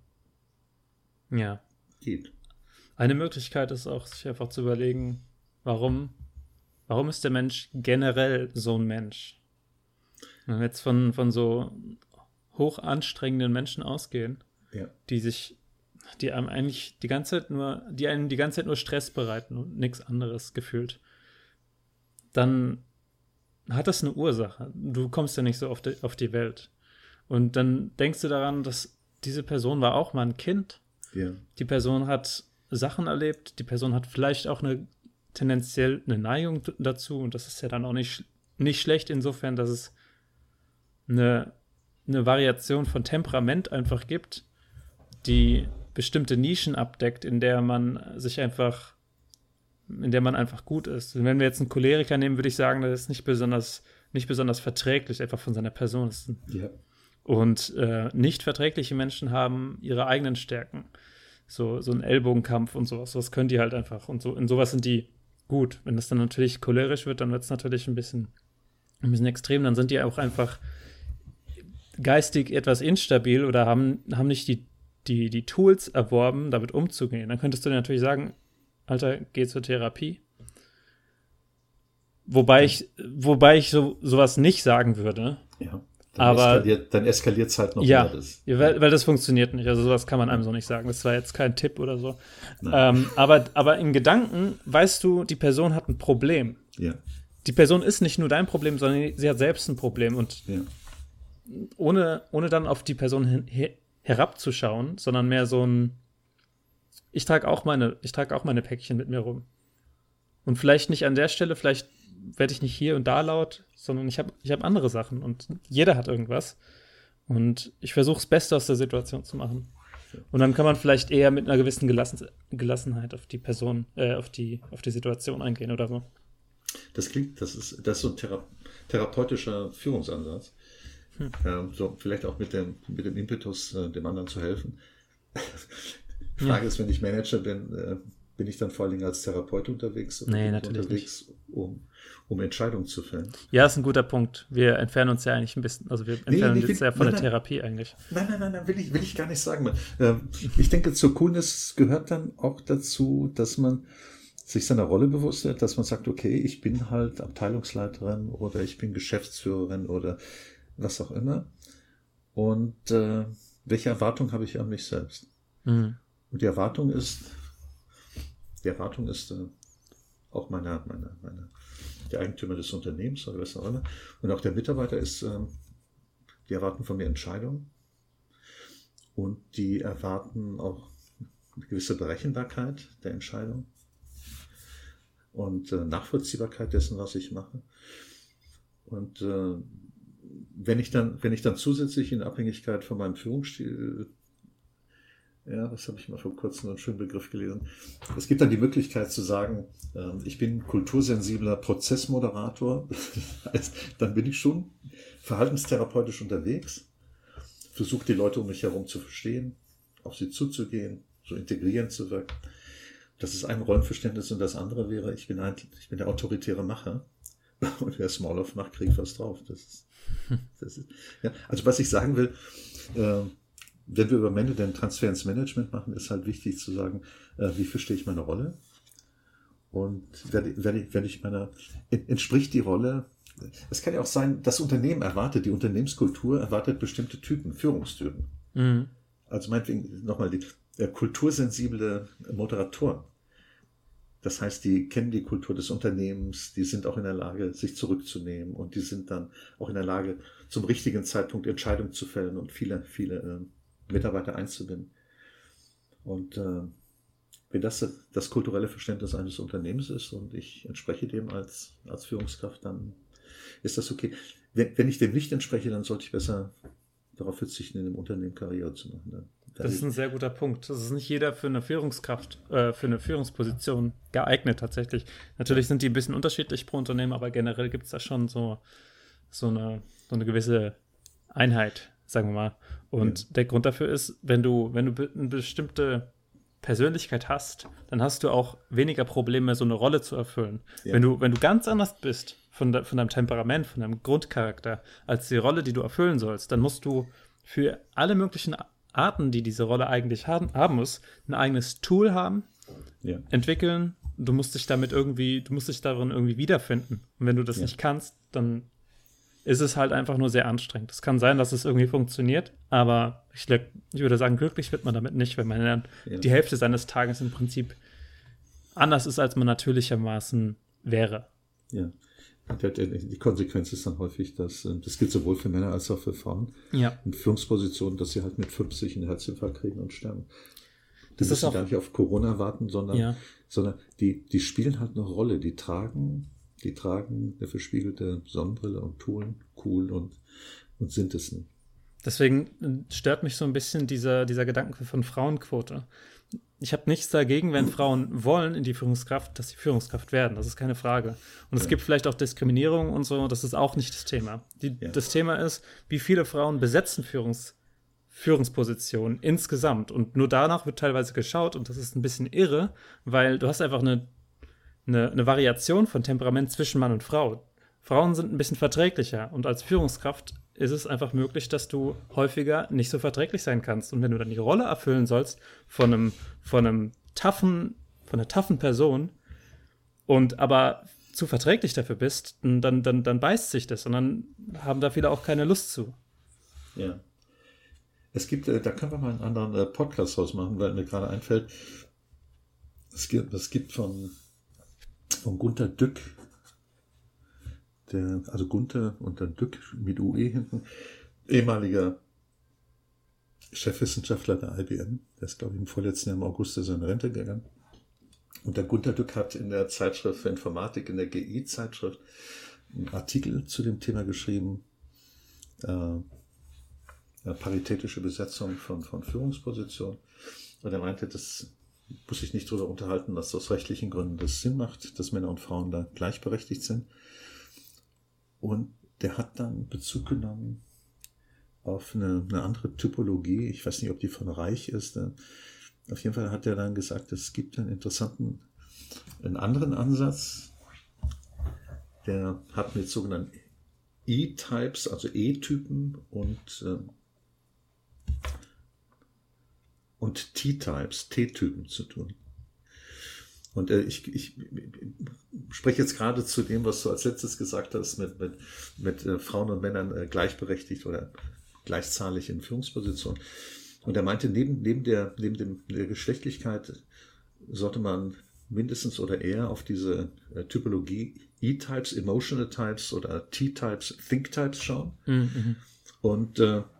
geht. Eine Möglichkeit ist auch, sich einfach zu überlegen, warum ist der Mensch generell so ein Mensch? Wenn wir jetzt von so hoch anstrengenden Menschen ausgehen, die einem eigentlich die einem die ganze Zeit nur Stress bereiten und nichts anderes gefühlt, dann hat das eine Ursache. Du kommst ja nicht so auf die Welt. Und dann denkst du daran, dass diese Person war auch mal ein Kind. Ja. Die Person hat Sachen erlebt, die Person hat vielleicht auch tendenziell eine Neigung dazu und das ist ja dann auch nicht schlecht insofern, dass es eine Variation von Temperament einfach gibt, die bestimmte Nischen abdeckt, in der man einfach gut ist. Und wenn wir jetzt einen Choleriker nehmen, würde ich sagen, das ist nicht besonders verträglich, einfach von seiner Person. Ja. Und nicht verträgliche Menschen haben ihre eigenen Stärken. So ein Ellbogenkampf und sowas. Das können die halt einfach. Und so in sowas sind die gut. Wenn das dann natürlich cholerisch wird, dann wird es natürlich ein bisschen extrem. Dann sind die auch einfach geistig etwas instabil oder haben nicht die Tools erworben, damit umzugehen. Dann könntest du dir natürlich sagen, Alter, geh zur Therapie. Wobei ich sowas nicht sagen würde. Ja. Dann eskaliert es halt noch mehr. Weil das funktioniert nicht. Also sowas kann man einem so nicht sagen. Das war jetzt kein Tipp oder so. Aber in Gedanken weißt du, die Person hat ein Problem. Ja. Die Person ist nicht nur dein Problem, sondern sie hat selbst ein Problem. Und ohne dann auf die Person herabzuschauen, sondern mehr so ein ich trage auch meine Päckchen mit mir rum. Und vielleicht nicht an der Stelle, vielleicht werde ich nicht hier und da laut, sondern ich hab andere Sachen und jeder hat irgendwas. Und ich versuche das Beste aus der Situation zu machen. Und dann kann man vielleicht eher mit einer gewissen Gelassenheit auf die Person, auf die Situation eingehen oder so. Das ist so ein therapeutischer Führungsansatz. So vielleicht auch mit dem Impetus, dem anderen zu helfen. Die Frage ist, wenn ich Manager bin ich dann vor allen Dingen als Therapeut unterwegs? Oder nee, natürlich unterwegs, nicht. Um Entscheidungen zu fällen? Ja, ist ein guter Punkt. Wir entfernen uns ja eigentlich ein bisschen, also wir entfernen uns ja von der Therapie eigentlich. Nein, will ich gar nicht sagen. Ich denke, zur Coolness gehört dann auch dazu, dass man sich seiner Rolle bewusst wird, dass man sagt, okay, ich bin halt Abteilungsleiterin oder ich bin Geschäftsführerin oder was auch immer. Und welche Erwartung habe ich an mich selbst? Mhm. Und die Erwartung ist auch der Eigentümer des Unternehmens oder was auch immer. Und auch der Mitarbeiter die erwarten von mir Entscheidungen. Und die erwarten auch eine gewisse Berechenbarkeit der Entscheidung. Und Nachvollziehbarkeit dessen, was ich mache. Und wenn ich dann zusätzlich in Abhängigkeit von meinem Führungsstil, das habe ich mal vor kurzem einen schönen Begriff gelesen. Es gibt dann die Möglichkeit zu sagen, ich bin kultursensibler Prozessmoderator. Das heißt, dann bin ich schon verhaltenstherapeutisch unterwegs, versuche die Leute um mich herum zu verstehen, auf sie zuzugehen, so integrierend zu wirken. Das ist ein Rollenverständnis und das andere wäre, ich bin der autoritäre Macher und wer Small-Off macht, kriegt was drauf. Das ist, also was ich sagen will, wenn wir über am Ende den Transfer ins Management machen, ist halt wichtig zu sagen, wie verstehe ich meine Rolle und entspricht die Rolle. Es kann ja auch sein, das Unternehmen die Unternehmenskultur erwartet bestimmte Typen, Führungstypen. Mhm. Also meinetwegen nochmal die kultursensible Moderatoren. Das heißt, die kennen die Kultur des Unternehmens, die sind auch in der Lage, sich zurückzunehmen und die sind dann auch in der Lage, zum richtigen Zeitpunkt Entscheidungen zu fällen und viele Mitarbeiter einzubinden. Und wenn das kulturelle Verständnis eines Unternehmens ist und ich entspreche dem als Führungskraft, dann ist das okay. Wenn ich dem nicht entspreche, dann sollte ich besser darauf verzichten, in einem Unternehmen Karriere zu machen. Das ist ein sehr guter Punkt. Das ist nicht jeder für eine Führungskraft, für eine Führungsposition geeignet tatsächlich. Natürlich sind die ein bisschen unterschiedlich pro Unternehmen, aber generell gibt es da schon so eine gewisse Einheit, sagen wir mal. Und der Grund dafür ist, wenn du eine bestimmte Persönlichkeit hast, dann hast du auch weniger Probleme, so eine Rolle zu erfüllen. Ja. Wenn du ganz anders bist von deinem Temperament, von deinem Grundcharakter, als die Rolle, die du erfüllen sollst, dann musst du für alle möglichen Arten, die diese Rolle eigentlich haben muss, ein eigenes Tool haben, entwickeln. Du musst dich darin irgendwie wiederfinden. Und wenn du das nicht kannst, dann ist es halt einfach nur sehr anstrengend. Es kann sein, dass es irgendwie funktioniert, aber ich würde sagen, glücklich wird man damit nicht, wenn man dann die Hälfte seines Tages im Prinzip anders ist, als man natürlichermaßen wäre. Ja. Die Konsequenz ist dann häufig, dass das gilt sowohl für Männer als auch für Frauen in Führungspositionen, dass sie halt mit 50 einen Herzinfarkt kriegen und sterben. Die müssen gar nicht auf Corona warten, sondern die spielen halt eine Rolle. Die tragen eine verspiegelte Sonnenbrille und tun cool und sind es nicht. Deswegen stört mich so ein bisschen dieser Gedanke von Frauenquote. Ich habe nichts dagegen, wenn Frauen wollen dass sie Führungskraft werden. Das ist keine Frage. Und es gibt vielleicht auch Diskriminierung und so. Das ist auch nicht das Thema. Das Thema ist, wie viele Frauen besetzen Führungspositionen insgesamt. Und nur danach wird teilweise geschaut. Und das ist ein bisschen irre, weil du hast einfach eine Variation von Temperament zwischen Mann und Frau. Frauen sind ein bisschen verträglicher. Und als Führungskraft ist es einfach möglich, dass du häufiger nicht so verträglich sein kannst. Und wenn du dann die Rolle erfüllen sollst von einer taffen Person und aber zu verträglich dafür bist, dann beißt sich das und dann haben da viele auch keine Lust zu. Ja. Es gibt, da können wir mal einen anderen Podcast ausmachen, weil mir gerade einfällt, es gibt von Gunter Dück, also Gunther und dann Dück mit UE hinten, ehemaliger Chefwissenschaftler der IBM, der ist, glaube ich, im vorletzten Jahr im August in seine Rente gegangen. Und der Gunter Dück hat in der Zeitschrift für Informatik, in der GI-Zeitschrift, einen Artikel zu dem Thema geschrieben, paritätische Besetzung von Führungspositionen. Und er meinte, das muss sich nicht darüber unterhalten, dass aus rechtlichen Gründen das Sinn macht, dass Männer und Frauen da gleichberechtigt sind. Und der hat dann Bezug genommen auf eine andere Typologie. Ich weiß nicht, ob die von Reich ist. Auf jeden Fall hat er dann gesagt, es gibt einen anderen Ansatz. Der hat mit sogenannten E-Types, also E-Typen und T-Types, T-Typen zu tun. Und ich spreche jetzt gerade zu dem, was du als letztes gesagt hast, mit Frauen und Männern gleichberechtigt oder gleichzahlig in Führungspositionen. Und er meinte, neben der Geschlechtlichkeit sollte man mindestens oder eher auf diese Typologie E-Types, Emotional Types oder T-Types, Think-Types schauen. Mhm. Und er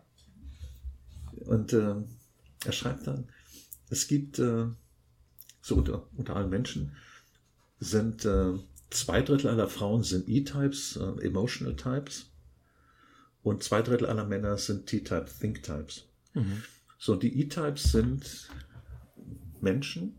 schreibt dann, es gibt so unter allen Menschen sind 2/3 aller Frauen sind E-Types, Emotional Types, und 2/3 aller Männer sind T-Types, Think Types. Mhm. So, die E-Types sind Menschen,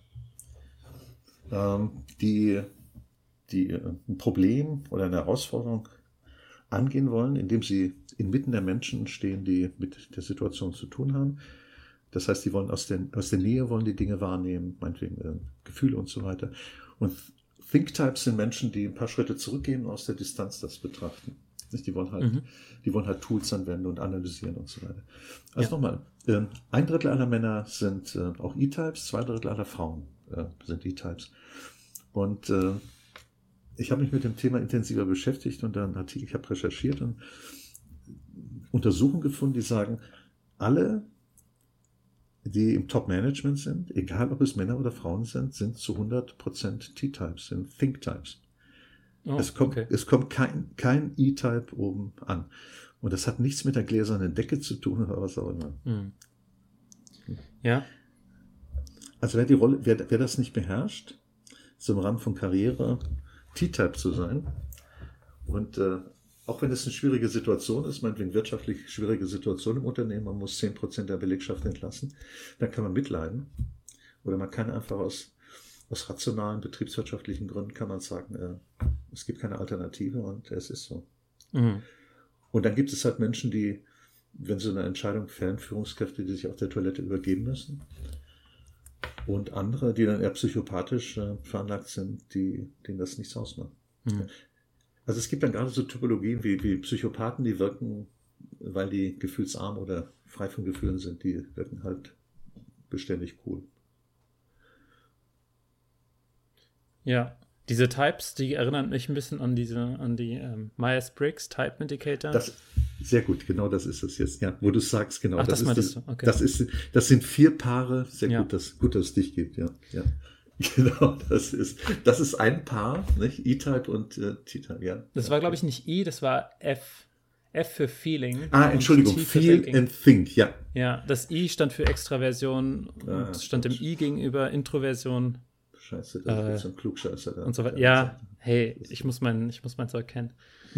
die ein Problem oder eine Herausforderung angehen wollen, indem sie inmitten der Menschen stehen, die mit der Situation zu tun haben. Das heißt, die wollen aus der Nähe wollen die Dinge wahrnehmen, meinetwegen Gefühle und so weiter. Und Think-Types sind Menschen, die ein paar Schritte zurückgehen und aus der Distanz das betrachten. Die wollen halt Tools anwenden und analysieren und so weiter. Also nochmal, 1/3 aller Männer sind auch E-Types, 2/3 aller Frauen sind E-Types. Und ich habe mich mit dem Thema intensiver beschäftigt und dann ich habe recherchiert und Untersuchungen gefunden, die sagen, alle die im Top-Management sind, egal ob es Männer oder Frauen sind zu 100% T-Types, sind Think-Types. Oh, es kommt kein E-Type oben an. Und das hat nichts mit der gläsernen Decke zu tun oder was auch immer. Ja. Also wer das nicht beherrscht, so im Rahmen von Karriere T-Type zu sein und auch wenn es eine schwierige Situation ist, meinetwegen wirtschaftlich schwierige Situation im Unternehmen, man muss 10% der Belegschaft entlassen, dann kann man mitleiden. Oder man kann einfach aus rationalen, betriebswirtschaftlichen Gründen kann man sagen, es gibt keine Alternative und es ist so. Mhm. Und dann gibt es halt Menschen, die, wenn sie eine Entscheidung fällen, Führungskräfte, die sich auf der Toilette übergeben müssen. Und andere, die dann eher psychopathisch veranlagt sind, denen das nichts ausmacht. Mhm. Also es gibt dann gerade so Typologien wie Psychopathen, die wirken, weil die gefühlsarm oder frei von Gefühlen sind, die wirken halt beständig cool. Ja, diese Types, die erinnern mich ein bisschen an die Myers-Briggs Type Indicator. Sehr gut, genau das ist es jetzt. Ja, wo du sagst, genau. Ach, das meintest du, okay. Das sind 4 Paare. Sehr gut, dass es dich gibt, ja. Genau, das ist ein Paar, nicht? E-Type und T-Type, ja. Das war, glaube ich, nicht I, das war F. F für Feeling. Entschuldigung, Feel and Think, ja. Ja, das I stand für Extraversion und stand dem I gegenüber Introversion. Scheiße, das ist so ein Klugscheißer da. Und so weiter. Ja, hey, ich muss mein Zeug kennen.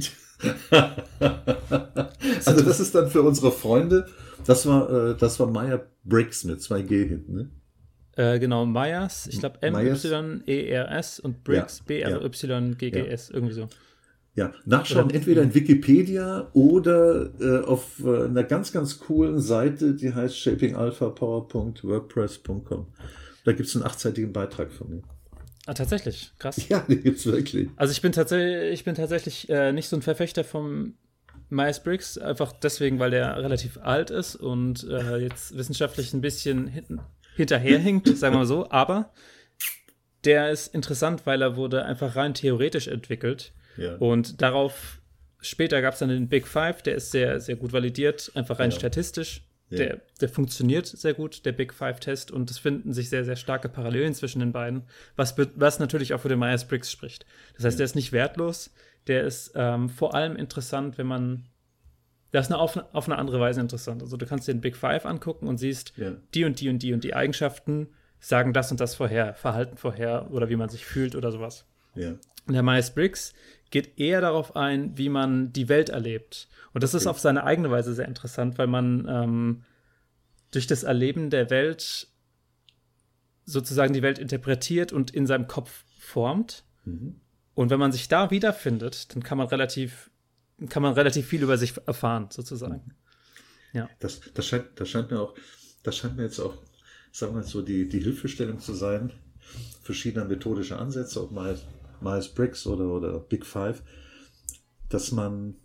Also das ist dann für unsere Freunde, das war Myers-Briggs mit 2G hinten, ne? Genau, Myers, ich glaube M-Y-E-R-S und Briggs, B-R-Y-G-G-S, irgendwie so. Ja, nachschauen entweder in Wikipedia oder auf einer ganz, ganz coolen Seite, die heißt shapingalphapower.wordpress.com. Da gibt es einen 8-seitigen Beitrag von mir. Ah, tatsächlich? Krass. Ja, den gibt's wirklich. Also ich bin tatsächlich nicht so ein Verfechter vom Myers-Briggs, einfach deswegen, weil der relativ alt ist und jetzt wissenschaftlich ein bisschen hinterherhinkt, sagen wir mal so, aber der ist interessant, weil er wurde einfach rein theoretisch entwickelt und darauf später gab es dann den Big Five, der ist sehr, sehr gut validiert, einfach rein statistisch. Der funktioniert sehr gut, der Big Five-Test, und es finden sich sehr, sehr starke Parallelen zwischen den beiden, was natürlich auch für den Myers-Briggs spricht. Das heißt, der ist nicht wertlos, der ist vor allem interessant, der ist auf eine andere Weise interessant. Also du kannst dir den Big Five angucken und siehst, die und die und die und die Eigenschaften sagen das und das vorher, Verhalten vorher oder wie man sich fühlt oder sowas. Ja. Und der Myers-Briggs geht eher darauf ein, wie man die Welt erlebt. Und das ist auf seine eigene Weise sehr interessant, weil man durch das Erleben der Welt sozusagen die Welt interpretiert und in seinem Kopf formt. Mhm. Und wenn man sich da wiederfindet, dann kann man relativ viel über sich erfahren, sozusagen. Ja. Das scheint mir jetzt auch, sagen wir mal so, die Hilfestellung zu sein, verschiedener methodischer Ansätze, ob Myers-Briggs oder Big Five, dass man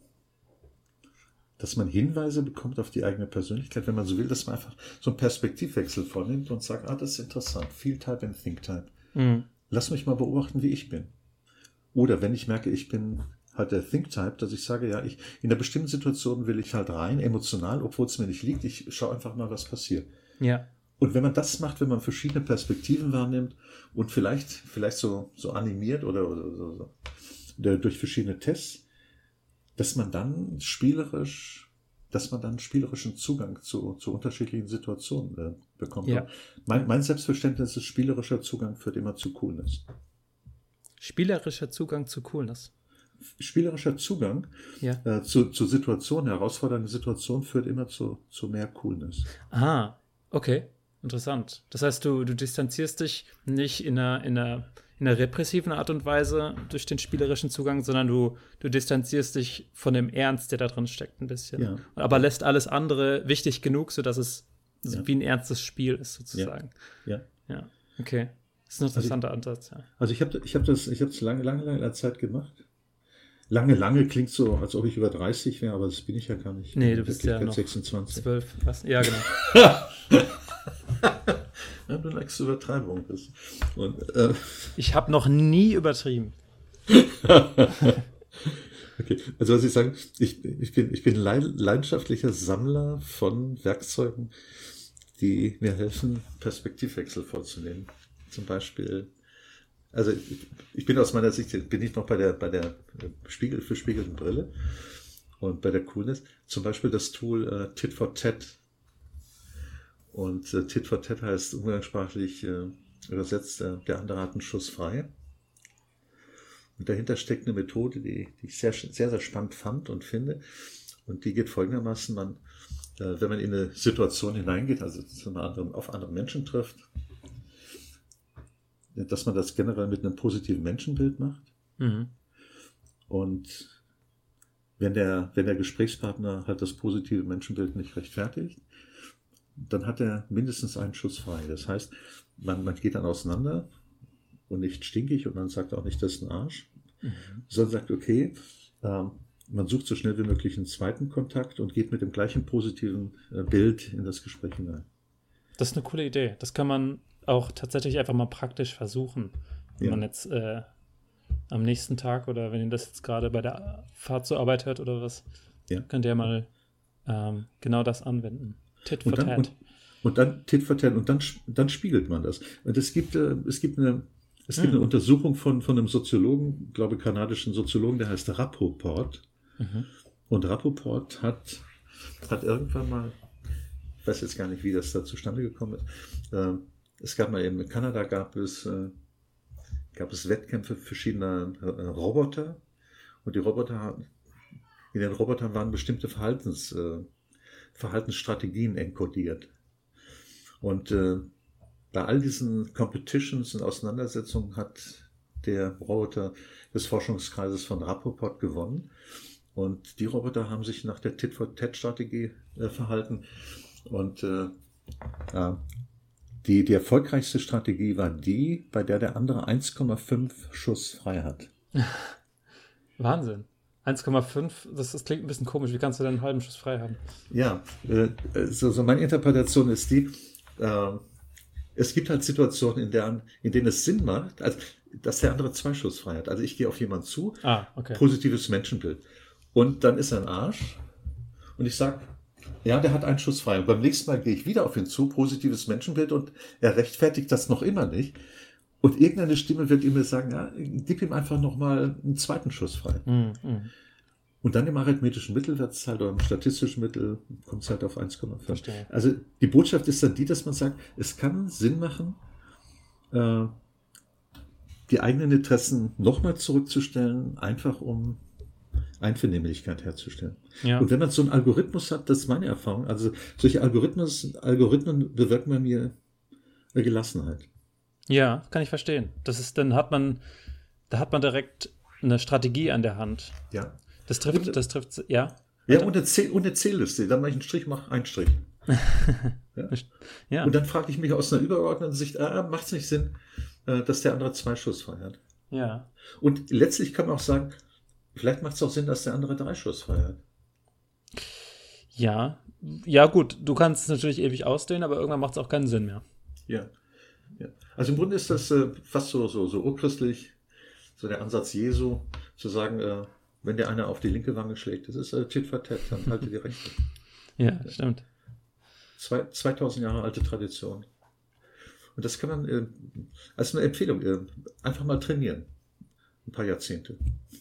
Hinweise bekommt auf die eigene Persönlichkeit, wenn man so will, dass man einfach so einen Perspektivwechsel vornimmt und sagt, das ist interessant, Feel-Type and Think-Type. Mhm. Lass mich mal beobachten, wie ich bin. Oder wenn ich merke, ich bin halt der Think-Type, dass ich sage, in einer bestimmten Situation will ich halt rein, emotional, obwohl es mir nicht liegt, ich schaue einfach mal, was passiert. Ja. Und wenn man das macht, wenn man verschiedene Perspektiven wahrnimmt und vielleicht so animiert oder durch verschiedene Tests, dass man dann spielerischen Zugang zu unterschiedlichen Situationen bekommt. Ja. Mein Selbstverständnis ist, spielerischer Zugang führt immer zu Coolness. Spielerischer Zugang zu Coolness. Spielerischer Zugang zu Situationen, herausfordernde Situationen führt immer zu mehr Coolness. Aha, okay. Interessant. Das heißt, du distanzierst dich nicht in einer repressiven Art und Weise durch den spielerischen Zugang, sondern du distanzierst dich von dem Ernst, der da drin steckt, ein bisschen. Ja. Aber lässt alles andere wichtig genug, sodass es wie ein ernstes Spiel ist, sozusagen. Ja. Okay. Das ist ein interessanter Ansatz, ja. Also ich habe das lange Zeit gemacht. Lange klingt so, als ob ich über 30 wäre, aber das bin ich ja gar nicht. Nee, du bist ja noch 26. 12, was? Ja, genau. Ja, du neigst Übertreibung. Ich habe noch nie übertrieben. Okay, also was ich sagen, ich bin leidenschaftlicher Sammler von Werkzeugen, die mir helfen, Perspektivwechsel vorzunehmen. Zum Beispiel, also ich bin aus meiner Sicht, bin ich noch bei der verspiegelten Brille und bei der Coolness. Zum Beispiel das Tool Tit for Tat. Und Tit for Tat heißt umgangssprachlich übersetzt, der andere hat einen Schuss frei. Und dahinter steckt eine Methode, die ich sehr, sehr, sehr spannend fand und finde. Und die geht folgendermaßen, wenn man in eine Situation hineingeht, also auf andere Menschen trifft, dass man das generell mit einem positiven Menschenbild macht. Mhm. Und wenn der Gesprächspartner halt das positive Menschenbild nicht rechtfertigt, dann hat er mindestens einen Schuss frei. Das heißt, man geht dann auseinander und nicht stinkig und man sagt auch nicht, das ist ein Arsch, sondern sagt, okay, man sucht so schnell wie möglich einen zweiten Kontakt und geht mit dem gleichen positiven Bild in das Gespräch hinein. Das ist eine coole Idee. Das kann man auch tatsächlich einfach mal praktisch versuchen. Wenn man jetzt am nächsten Tag oder wenn ihr das jetzt gerade bei der Fahrt zur Arbeit hört oder was, könnt ihr mal genau das anwenden. Tit for Tat. Und dann Tit for Tat und dann spiegelt man das. Und es gibt eine Untersuchung von einem Soziologen, glaube ich, kanadischen Soziologen, der heißt Rapoport. Mhm. Und Rapoport hat irgendwann mal, ich weiß jetzt gar nicht, wie das da zustande gekommen ist, es gab mal eben in Kanada gab es Wettkämpfe verschiedener Roboter und in den Robotern waren bestimmte Verhaltensstrategien enkodiert. Und bei all diesen Competitions und Auseinandersetzungen hat der Roboter des Forschungskreises von Rapoport gewonnen. Und die Roboter haben sich nach der Tit-for-Tat-Strategie verhalten. Und die erfolgreichste Strategie war die, bei der der andere 1,5 Schuss frei hat. Wahnsinn. 1,5, das klingt ein bisschen komisch. Wie kannst du denn einen halben Schuss frei haben? Ja, so meine Interpretation ist die, es gibt halt Situationen, in denen es Sinn macht, also, dass der andere 2 Schuss frei hat. Also ich gehe auf jemanden zu, positives Menschenbild. Und dann ist er ein Arsch und ich sage, ja, der hat einen Schuss frei. Und beim nächsten Mal gehe ich wieder auf ihn zu, positives Menschenbild, und er rechtfertigt das noch immer nicht. Und irgendeine Stimme wird ihm sagen, ja, gib ihm einfach nochmal einen zweiten Schuss frei. Mhm. Und dann im arithmetischen Mittel wird es halt, oder im statistischen Mittel kommt es halt auf 1,5. Verstehe. Also die Botschaft ist dann die, dass man sagt, es kann Sinn machen, die eigenen Interessen nochmal zurückzustellen, einfach um Einvernehmlichkeit herzustellen. Ja. Und wenn man so einen Algorithmus hat, das ist meine Erfahrung, also solche Algorithmen bewirken bei mir Gelassenheit. Ja, kann ich verstehen. Da hat man direkt eine Strategie an der Hand. Ja. Das trifft, ja. Ja, und eine Zählliste. Dann mache ich einen Strich, mache einen Strich. Ja. Und dann frage ich mich aus einer übergeordneten Sicht, macht es nicht Sinn, dass der andere 2 Schuss frei hat? Ja. Und letztlich kann man auch sagen, vielleicht macht es auch Sinn, dass der andere 3 Schuss frei hat. Ja, gut, du kannst es natürlich ewig ausdehnen, aber irgendwann macht es auch keinen Sinn mehr. Ja. Also im Grunde ist das fast so urchristlich, so der Ansatz Jesu, zu sagen, wenn der eine auf die linke Wange schlägt, das ist Tit for Tat, dann halte die rechte. Ja, stimmt. 2000 Jahre alte Tradition. Und das kann man als eine Empfehlung einfach mal trainieren. Ein paar Jahrzehnte.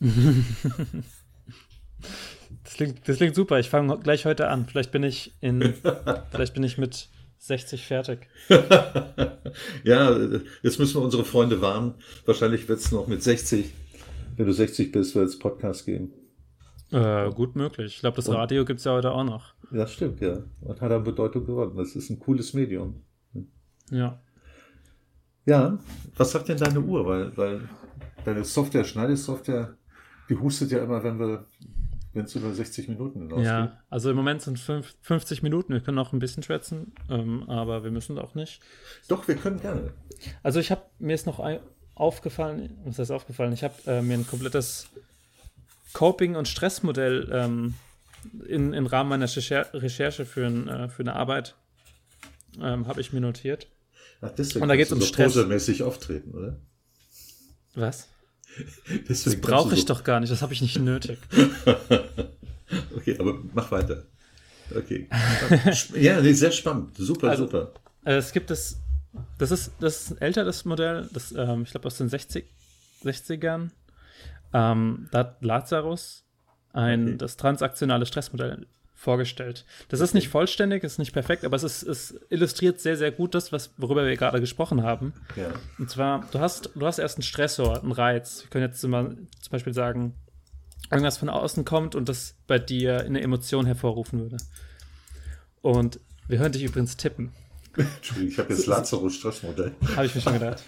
Das klingt super. Ich fange gleich heute an. Vielleicht bin ich mit 60 fertig. Ja, jetzt müssen wir unsere Freunde warnen. Wahrscheinlich wird es noch mit 60, wenn du 60 bist, wird es Podcast geben. Gut möglich. Ich glaube, das Radio gibt es ja heute auch noch. Ja, stimmt, ja. Und hat an Bedeutung gewonnen. Das ist ein cooles Medium. Ja. Ja, was sagt denn deine Uhr? Weil deine Software, Schneidesoftware, die hustet ja immer, wenn es über 60 Minuten hinausgeht. Ja, also im Moment sind 50 Minuten. Wir können noch ein bisschen schwätzen, aber wir müssen auch nicht. Doch, wir können gerne. Also mir ist noch aufgefallen, was heißt aufgefallen? Ich habe mir ein komplettes Coping- und Stressmodell im Rahmen meiner Recherche für eine Arbeit habe ich mir notiert. Ach, deswegen und da geht es um Stress. Posermäßig auftreten, oder? Was? Das brauche ich doch gar nicht, das habe ich nicht nötig. Okay, aber mach weiter. Okay. Ja, sehr spannend. Super, also, super. Es gibt das ist älter, das Modell, das, ich glaube aus den 60ern. Da hat Lazarus das transaktionale Stressmodell vorgestellt. Das ist nicht vollständig, ist nicht perfekt, aber es illustriert sehr, sehr gut das, worüber wir gerade gesprochen haben. Ja. Und zwar, du hast erst einen Stressor, einen Reiz. Wir können jetzt zum Beispiel sagen, irgendwas von außen kommt und das bei dir eine Emotion hervorrufen würde. Und wir hören dich übrigens tippen. Entschuldigung, ich habe jetzt Lazarus-Stressmodell. Habe ich mir schon gedacht.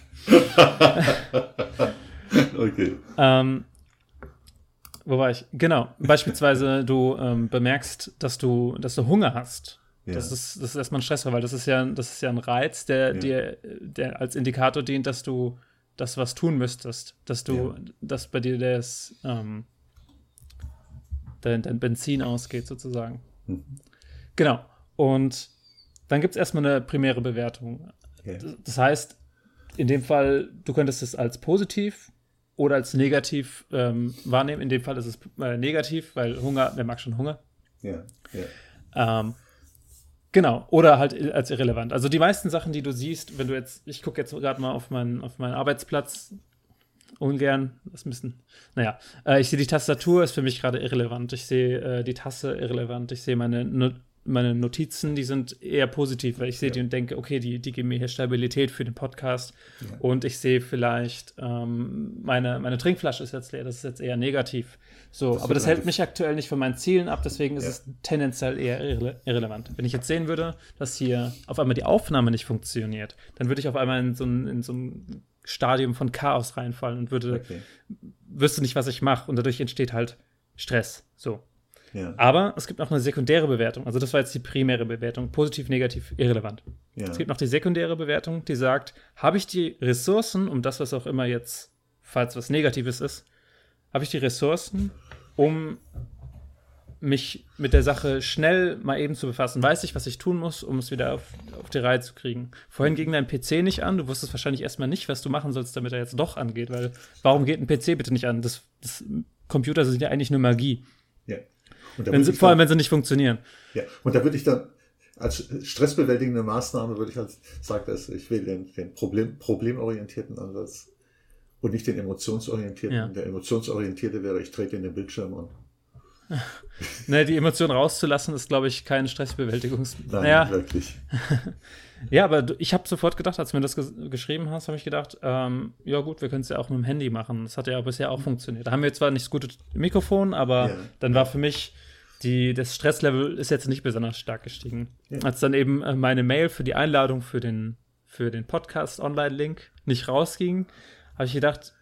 Okay. Wo war ich? Genau. Beispielsweise, du bemerkst, dass du Hunger hast. Ja. Das ist erstmal ein Stressor, weil das ist ja ein Reiz, der als Indikator dient, dass du was tun müsstest. Dass bei dir dein Benzin ausgeht, sozusagen. Mhm. Genau. Und dann gibt es erstmal eine primäre Bewertung. Okay. Das heißt, in dem Fall, du könntest es als positiv oder als negativ wahrnehmen. In dem Fall ist es negativ, weil Hunger, wer mag schon Hunger? Ja. Genau, oder halt als irrelevant. Also die meisten Sachen, die du siehst, ich gucke jetzt gerade mal auf meinen Arbeitsplatz, ungern, ich sehe die Tastatur, ist für mich gerade irrelevant. Ich sehe die Tasse irrelevant. Ich sehe meine Notizen, die sind eher positiv, weil ich sehe die und denke, okay, die geben mir hier Stabilität für den Podcast. Ja. Und ich sehe vielleicht, meine Trinkflasche ist jetzt leer, das ist jetzt eher negativ. So, aber das hält mich aktuell nicht von meinen Zielen ab, deswegen ist es tendenziell eher irrelevant. Wenn ich jetzt sehen würde, dass hier auf einmal die Aufnahme nicht funktioniert, dann würde ich auf einmal in so ein Stadium von Chaos reinfallen und wüsste nicht, was ich mache. Und dadurch entsteht halt Stress. So. Ja. Aber es gibt noch eine sekundäre Bewertung. Also das war jetzt die primäre Bewertung. Positiv, negativ, irrelevant. Ja. Es gibt noch die sekundäre Bewertung, die sagt, habe ich die Ressourcen, um das, was auch immer jetzt, falls was Negatives ist, habe ich die Ressourcen, um mich mit der Sache schnell mal eben zu befassen? Weiß ich, was ich tun muss, um es wieder auf die Reihe zu kriegen? Vorhin ging dein PC nicht an. Du wusstest wahrscheinlich erstmal nicht, was du machen sollst, damit er jetzt doch angeht. Weil, warum geht ein PC bitte nicht an? Das Computer sind ja eigentlich nur Magie. Ja. Vor allem, wenn sie nicht funktionieren. Ja, und da würde ich dann als stressbewältigende Maßnahme sagen, dass ich will den problemorientierten Ansatz und nicht den emotionsorientierten. Ja. Der emotionsorientierte wäre, ich trete in den Bildschirm an. Ne, die Emotion rauszulassen, ist, glaube ich, kein Nein, wirklich. Ja, aber ich habe sofort gedacht, als du mir das geschrieben hast, habe ich gedacht, ja gut, wir können es ja auch mit dem Handy machen. Das hat ja bisher auch funktioniert. Da haben wir zwar nicht das gute Mikrofon, aber dann war für mich, das Stresslevel ist jetzt nicht besonders stark gestiegen. Ja. Als dann eben meine Mail für die Einladung für den Podcast-Online-Link nicht rausging, habe ich gedacht,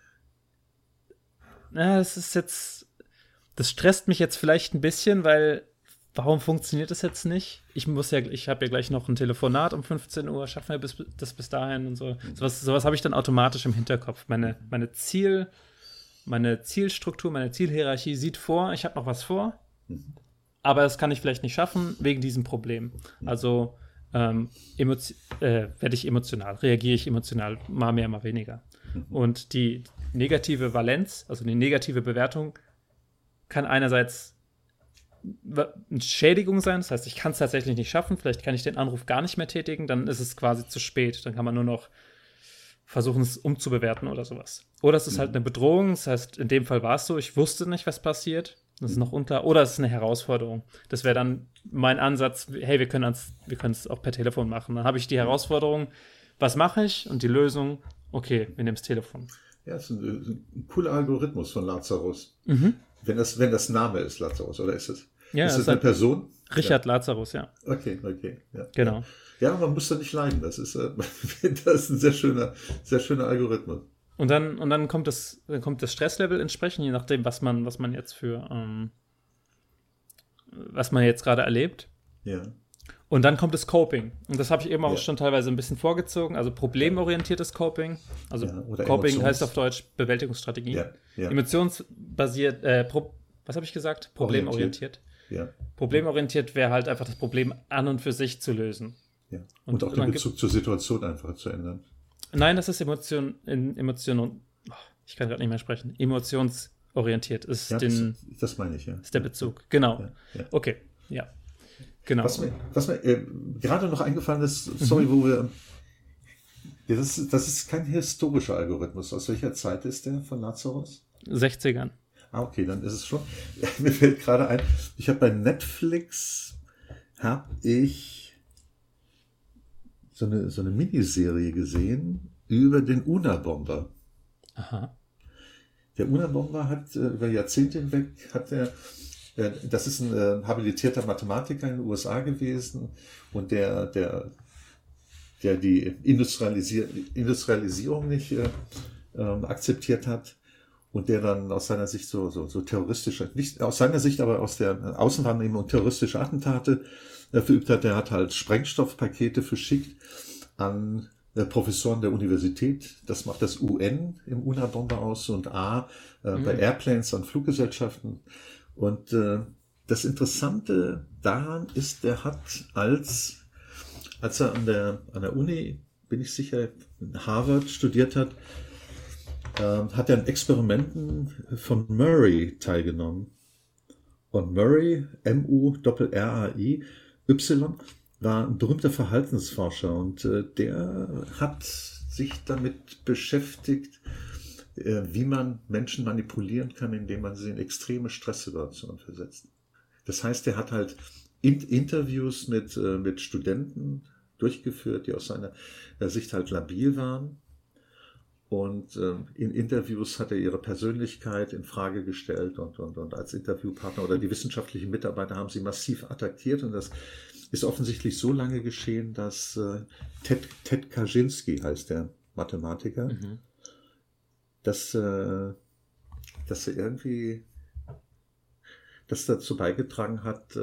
das stresst mich jetzt vielleicht ein bisschen, weil warum funktioniert das jetzt nicht? Ich habe ja gleich noch ein Telefonat um 15 Uhr, schaffen wir das bis dahin und so. Sowas habe ich dann automatisch im Hinterkopf. Meine Zielstruktur, meine Zielhierarchie sieht vor, ich habe noch was vor, aber das kann ich vielleicht nicht schaffen wegen diesem Problem. Also werde ich emotional, reagiere ich emotional, mal mehr, mal weniger. Und die negative Valenz, also die negative Bewertung, kann einerseits eine Schädigung sein, das heißt, ich kann es tatsächlich nicht schaffen, vielleicht kann ich den Anruf gar nicht mehr tätigen, dann ist es quasi zu spät, dann kann man nur noch versuchen, es umzubewerten oder sowas. Oder es ist halt eine Bedrohung, das heißt, in dem Fall war es so, ich wusste nicht, was passiert, das ist noch unklar, oder es ist eine Herausforderung. Das wäre dann mein Ansatz, hey, wir können es auch per Telefon machen. Dann habe ich die Herausforderung, was mache ich? Und die Lösung, okay, wir nehmen das Telefon. Ja, das ist ein cooler Algorithmus von Lazarus. Mhm. Wenn das Name ist, Lazarus, oder ist es? Ja, ist es eine Person? Richard Lazarus, ja. Okay. Ja. Genau. Ja, man muss da nicht leiden. Das ist ein sehr schöner Algorithmus. Und dann kommt das Stresslevel entsprechend, je nachdem, was man jetzt was man jetzt gerade erlebt. Ja. Und dann kommt das Coping. Und das habe ich eben auch schon teilweise ein bisschen vorgezogen. Also problemorientiertes Coping. Also Coping heißt auf Deutsch Bewältigungsstrategie. Ja. Emotionsbasiert, was habe ich gesagt? Problemorientiert. Ja. Problemorientiert wäre halt einfach das Problem an und für sich zu lösen. Ja. Und auch den Bezug zur Situation einfach zu ändern. Nein, das ist Emotion ich kann gerade nicht mehr sprechen. Emotionsorientiert ist das meine ich, ja. Ist der Bezug, genau. Ja. Okay, ja. Genau. Was mir gerade noch eingefallen ist, sorry, wo wir... Ja, das ist kein historischer Algorithmus. Aus welcher Zeit ist der von Lazarus? 60ern. Ah, okay, dann ist es schon. Ja, mir fällt gerade ein, ich habe bei Netflix so eine Miniserie gesehen über den Unabomber. Aha. Der Unabomber hat über Jahrzehnte hinweg, das ist ein habilitierter Mathematiker in den USA gewesen und der die Industrialisierung nicht akzeptiert hat und der dann aus seiner Sicht so terroristische, nicht aus seiner Sicht, aber aus der Außenwahrnehmung terroristische Attentate verübt hat. Der hat halt Sprengstoffpakete verschickt an Professoren der Universität. Das macht das UN im Unabomber aus und bei Airplanes an Fluggesellschaften. Und das Interessante daran ist, der hat als er an der Uni, bin ich sicher, in Harvard studiert hat, hat er an Experimenten von Murray teilgenommen. Und Murray, M-U-R-R-A-I-Y, war ein berühmter Verhaltensforscher und der hat sich damit beschäftigt, wie man Menschen manipulieren kann, indem man sie in extreme Stresssituationen versetzt. Das heißt, er hat halt Interviews mit Studenten durchgeführt, die aus seiner Sicht halt labil waren. Und in Interviews hat er ihre Persönlichkeit in Frage gestellt und als Interviewpartner oder die wissenschaftlichen Mitarbeiter haben sie massiv attackiert. Und das ist offensichtlich so lange geschehen, dass Ted Kaczynski heißt der Mathematiker, dass er irgendwie das dazu beigetragen hat,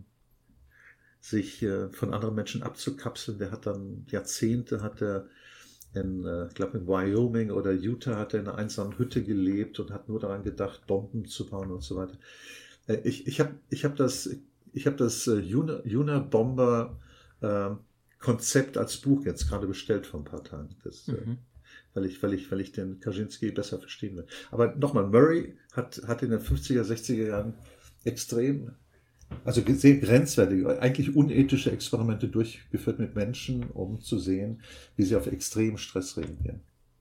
sich von anderen Menschen abzukapseln. Der hat dann Jahrzehnte, ich glaube in Wyoming oder Utah, hat er in einer einsamen Hütte gelebt und hat nur daran gedacht, Bomben zu bauen und so weiter. Ich hab das Unabomber Konzept als Buch jetzt gerade bestellt vor ein paar Tagen. Weil ich den Kaczynski besser verstehen will. Aber nochmal, Murray hat in den 50er, 60er Jahren extrem, also sehr grenzwertige, eigentlich unethische Experimente durchgeführt mit Menschen, um zu sehen, wie sie auf extremen Stress reagieren.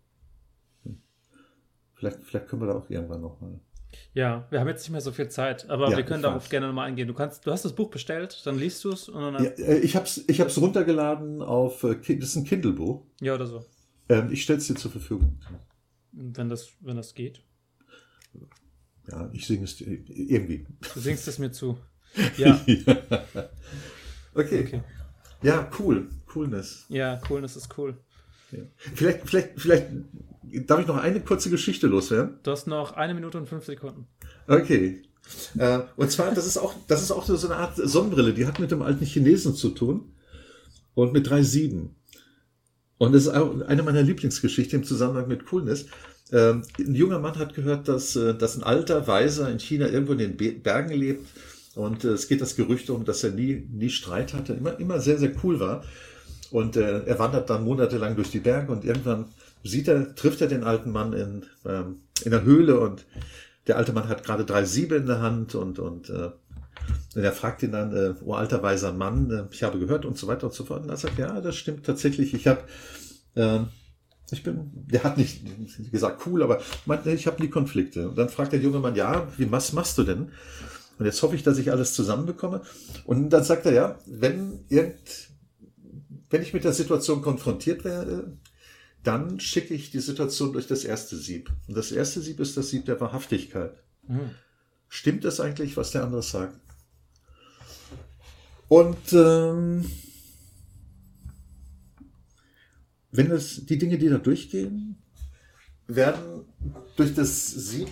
Vielleicht können wir da auch irgendwann nochmal. Ja, wir haben jetzt nicht mehr so viel Zeit, aber wir können darauf gerne nochmal eingehen. Du hast das Buch bestellt, dann liest du es. Ich hab's runtergeladen das ist ein Kindle-Buch. Ja, oder so. Ich stelle es dir zur Verfügung. Wenn das geht. Ja, ich singe es irgendwie. Du singst es mir zu. Ja. Okay. Ja, Coolness. Ja, Coolness ist cool. Ja. Vielleicht darf ich noch eine kurze Geschichte loswerden? Du hast noch 1 Minute und 5 Sekunden. Okay. Und zwar, das ist auch so eine Art Sonnenbrille, die hat mit dem alten Chinesen zu tun und mit 3 Sieben. Und das ist auch eine meiner Lieblingsgeschichten im Zusammenhang mit Coolness. Ein junger Mann hat gehört, dass ein alter Weiser in China irgendwo in den Bergen lebt und es geht das Gerücht um, dass er nie Streit hatte, immer sehr, sehr cool war. Und er wandert dann monatelang durch die Berge und irgendwann trifft er den alten Mann in der Höhle und der alte Mann hat gerade 3 Siebe in der Hand und er fragt ihn dann, oh alter weiser Mann, ich habe gehört und so weiter und so fort. Und er sagt, ja, das stimmt tatsächlich. Der hat nicht gesagt cool, aber meinte, ich habe nie Konflikte. Und dann fragt der junge Mann, ja, was machst du denn? Und jetzt hoffe ich, dass ich alles zusammenbekomme. Und dann sagt er, ja, wenn ich mit der Situation konfrontiert werde, dann schicke ich die Situation durch das erste Sieb. Und das erste Sieb ist das Sieb der Wahrhaftigkeit. Stimmt das eigentlich, was der andere sagt? Und die Dinge, die da durchgehen, werden durch das Sieb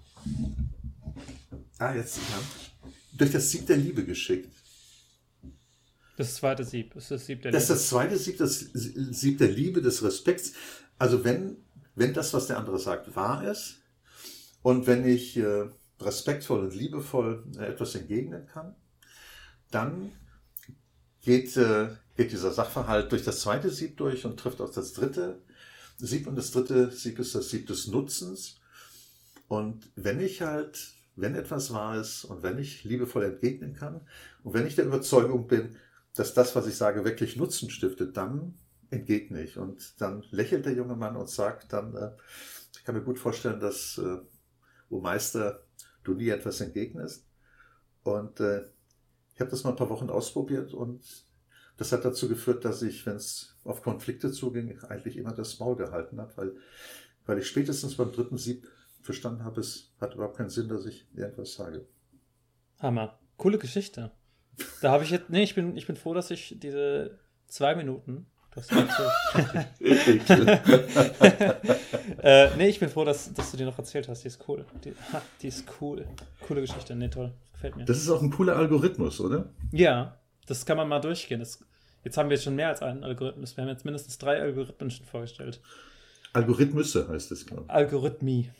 durch das Sieb der Liebe geschickt. Das zweite Sieb ist das Sieb der Liebe. Das ist das zweite Sieb, das Sieb der Liebe, des Respekts. Also wenn das, was der andere sagt, wahr ist und wenn ich respektvoll und liebevoll etwas entgegnen kann, dann geht dieser Sachverhalt durch das zweite Sieb durch und trifft auf das dritte Sieb. Und das dritte Sieb ist das Sieb des Nutzens. Und wenn ich halt wenn etwas wahr ist und wenn ich liebevoll entgegnen kann und wenn ich der Überzeugung bin, dass das, was ich sage, wirklich Nutzen stiftet, dann entgegne ich. Und dann lächelt der junge Mann und sagt dann, ich kann mir gut vorstellen, dass, O Meister, du nie etwas entgegnest. Und ich habe das mal ein paar Wochen ausprobiert und das hat dazu geführt, dass ich, wenn es auf Konflikte zuging, eigentlich immer das Maul gehalten habe, weil ich spätestens beim 3. Sieb verstanden habe, es hat überhaupt keinen Sinn, dass ich irgendwas sage. Hammer. Coole Geschichte. Da habe ich jetzt, ich bin froh, dass ich diese 2 Minuten, ich bin froh, dass du die noch erzählt hast. Die ist cool. Die ist cool. Coole Geschichte. Nee, toll. Gefällt mir. Das ist auch ein cooler Algorithmus, oder? Ja, das kann man mal durchgehen. Jetzt haben wir jetzt schon mehr als einen Algorithmus. Wir haben jetzt mindestens 3 Algorithmen schon vorgestellt. Algorithmusse heißt es, glaube ich. Algorithmie.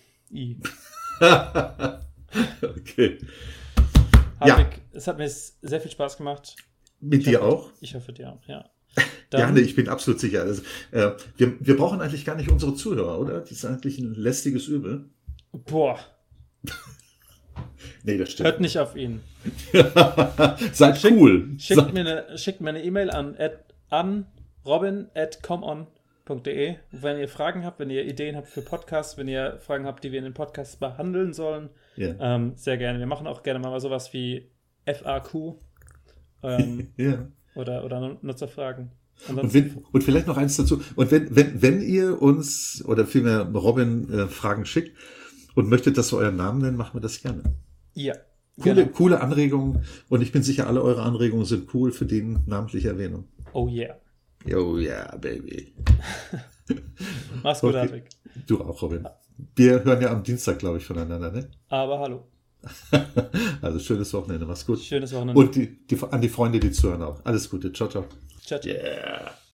Okay. Hartwig, es hat mir sehr viel Spaß gemacht. Mit dir auch? Ich hoffe, dir auch, ja. Ja, ich bin absolut sicher. Also, wir brauchen eigentlich gar nicht unsere Zuhörer, oder? Das ist eigentlich ein lästiges Übel. Boah. Nee, das stimmt. Hört nicht auf ihn. Seid cool. Schickt mir eine E-Mail an robin@comeon.de. Wenn ihr Fragen habt, wenn ihr Ideen habt für Podcasts, wenn ihr Fragen habt, die wir in den Podcasts behandeln sollen, sehr gerne. Wir machen auch gerne mal sowas wie FAQ oder Nutzerfragen. Und vielleicht noch eins dazu. Und wenn ihr uns oder vielmehr Robin Fragen schickt und möchtet, dass wir euren Namen nennen, machen wir das gerne. Ja. Coole Anregungen. Und ich bin sicher, alle eure Anregungen sind cool, verdienen namentliche Erwähnung. Oh yeah. Oh yeah, baby. Mach's gut, Hartwig. Du auch, Robin. Wir hören ja am Dienstag, glaube ich, voneinander, ne? Aber hallo. Also schönes Wochenende, mach's gut. Schönes Wochenende. Und an die Freunde, die zuhören auch. Alles Gute. Ciao, ciao. Ciao, ciao. Yeah.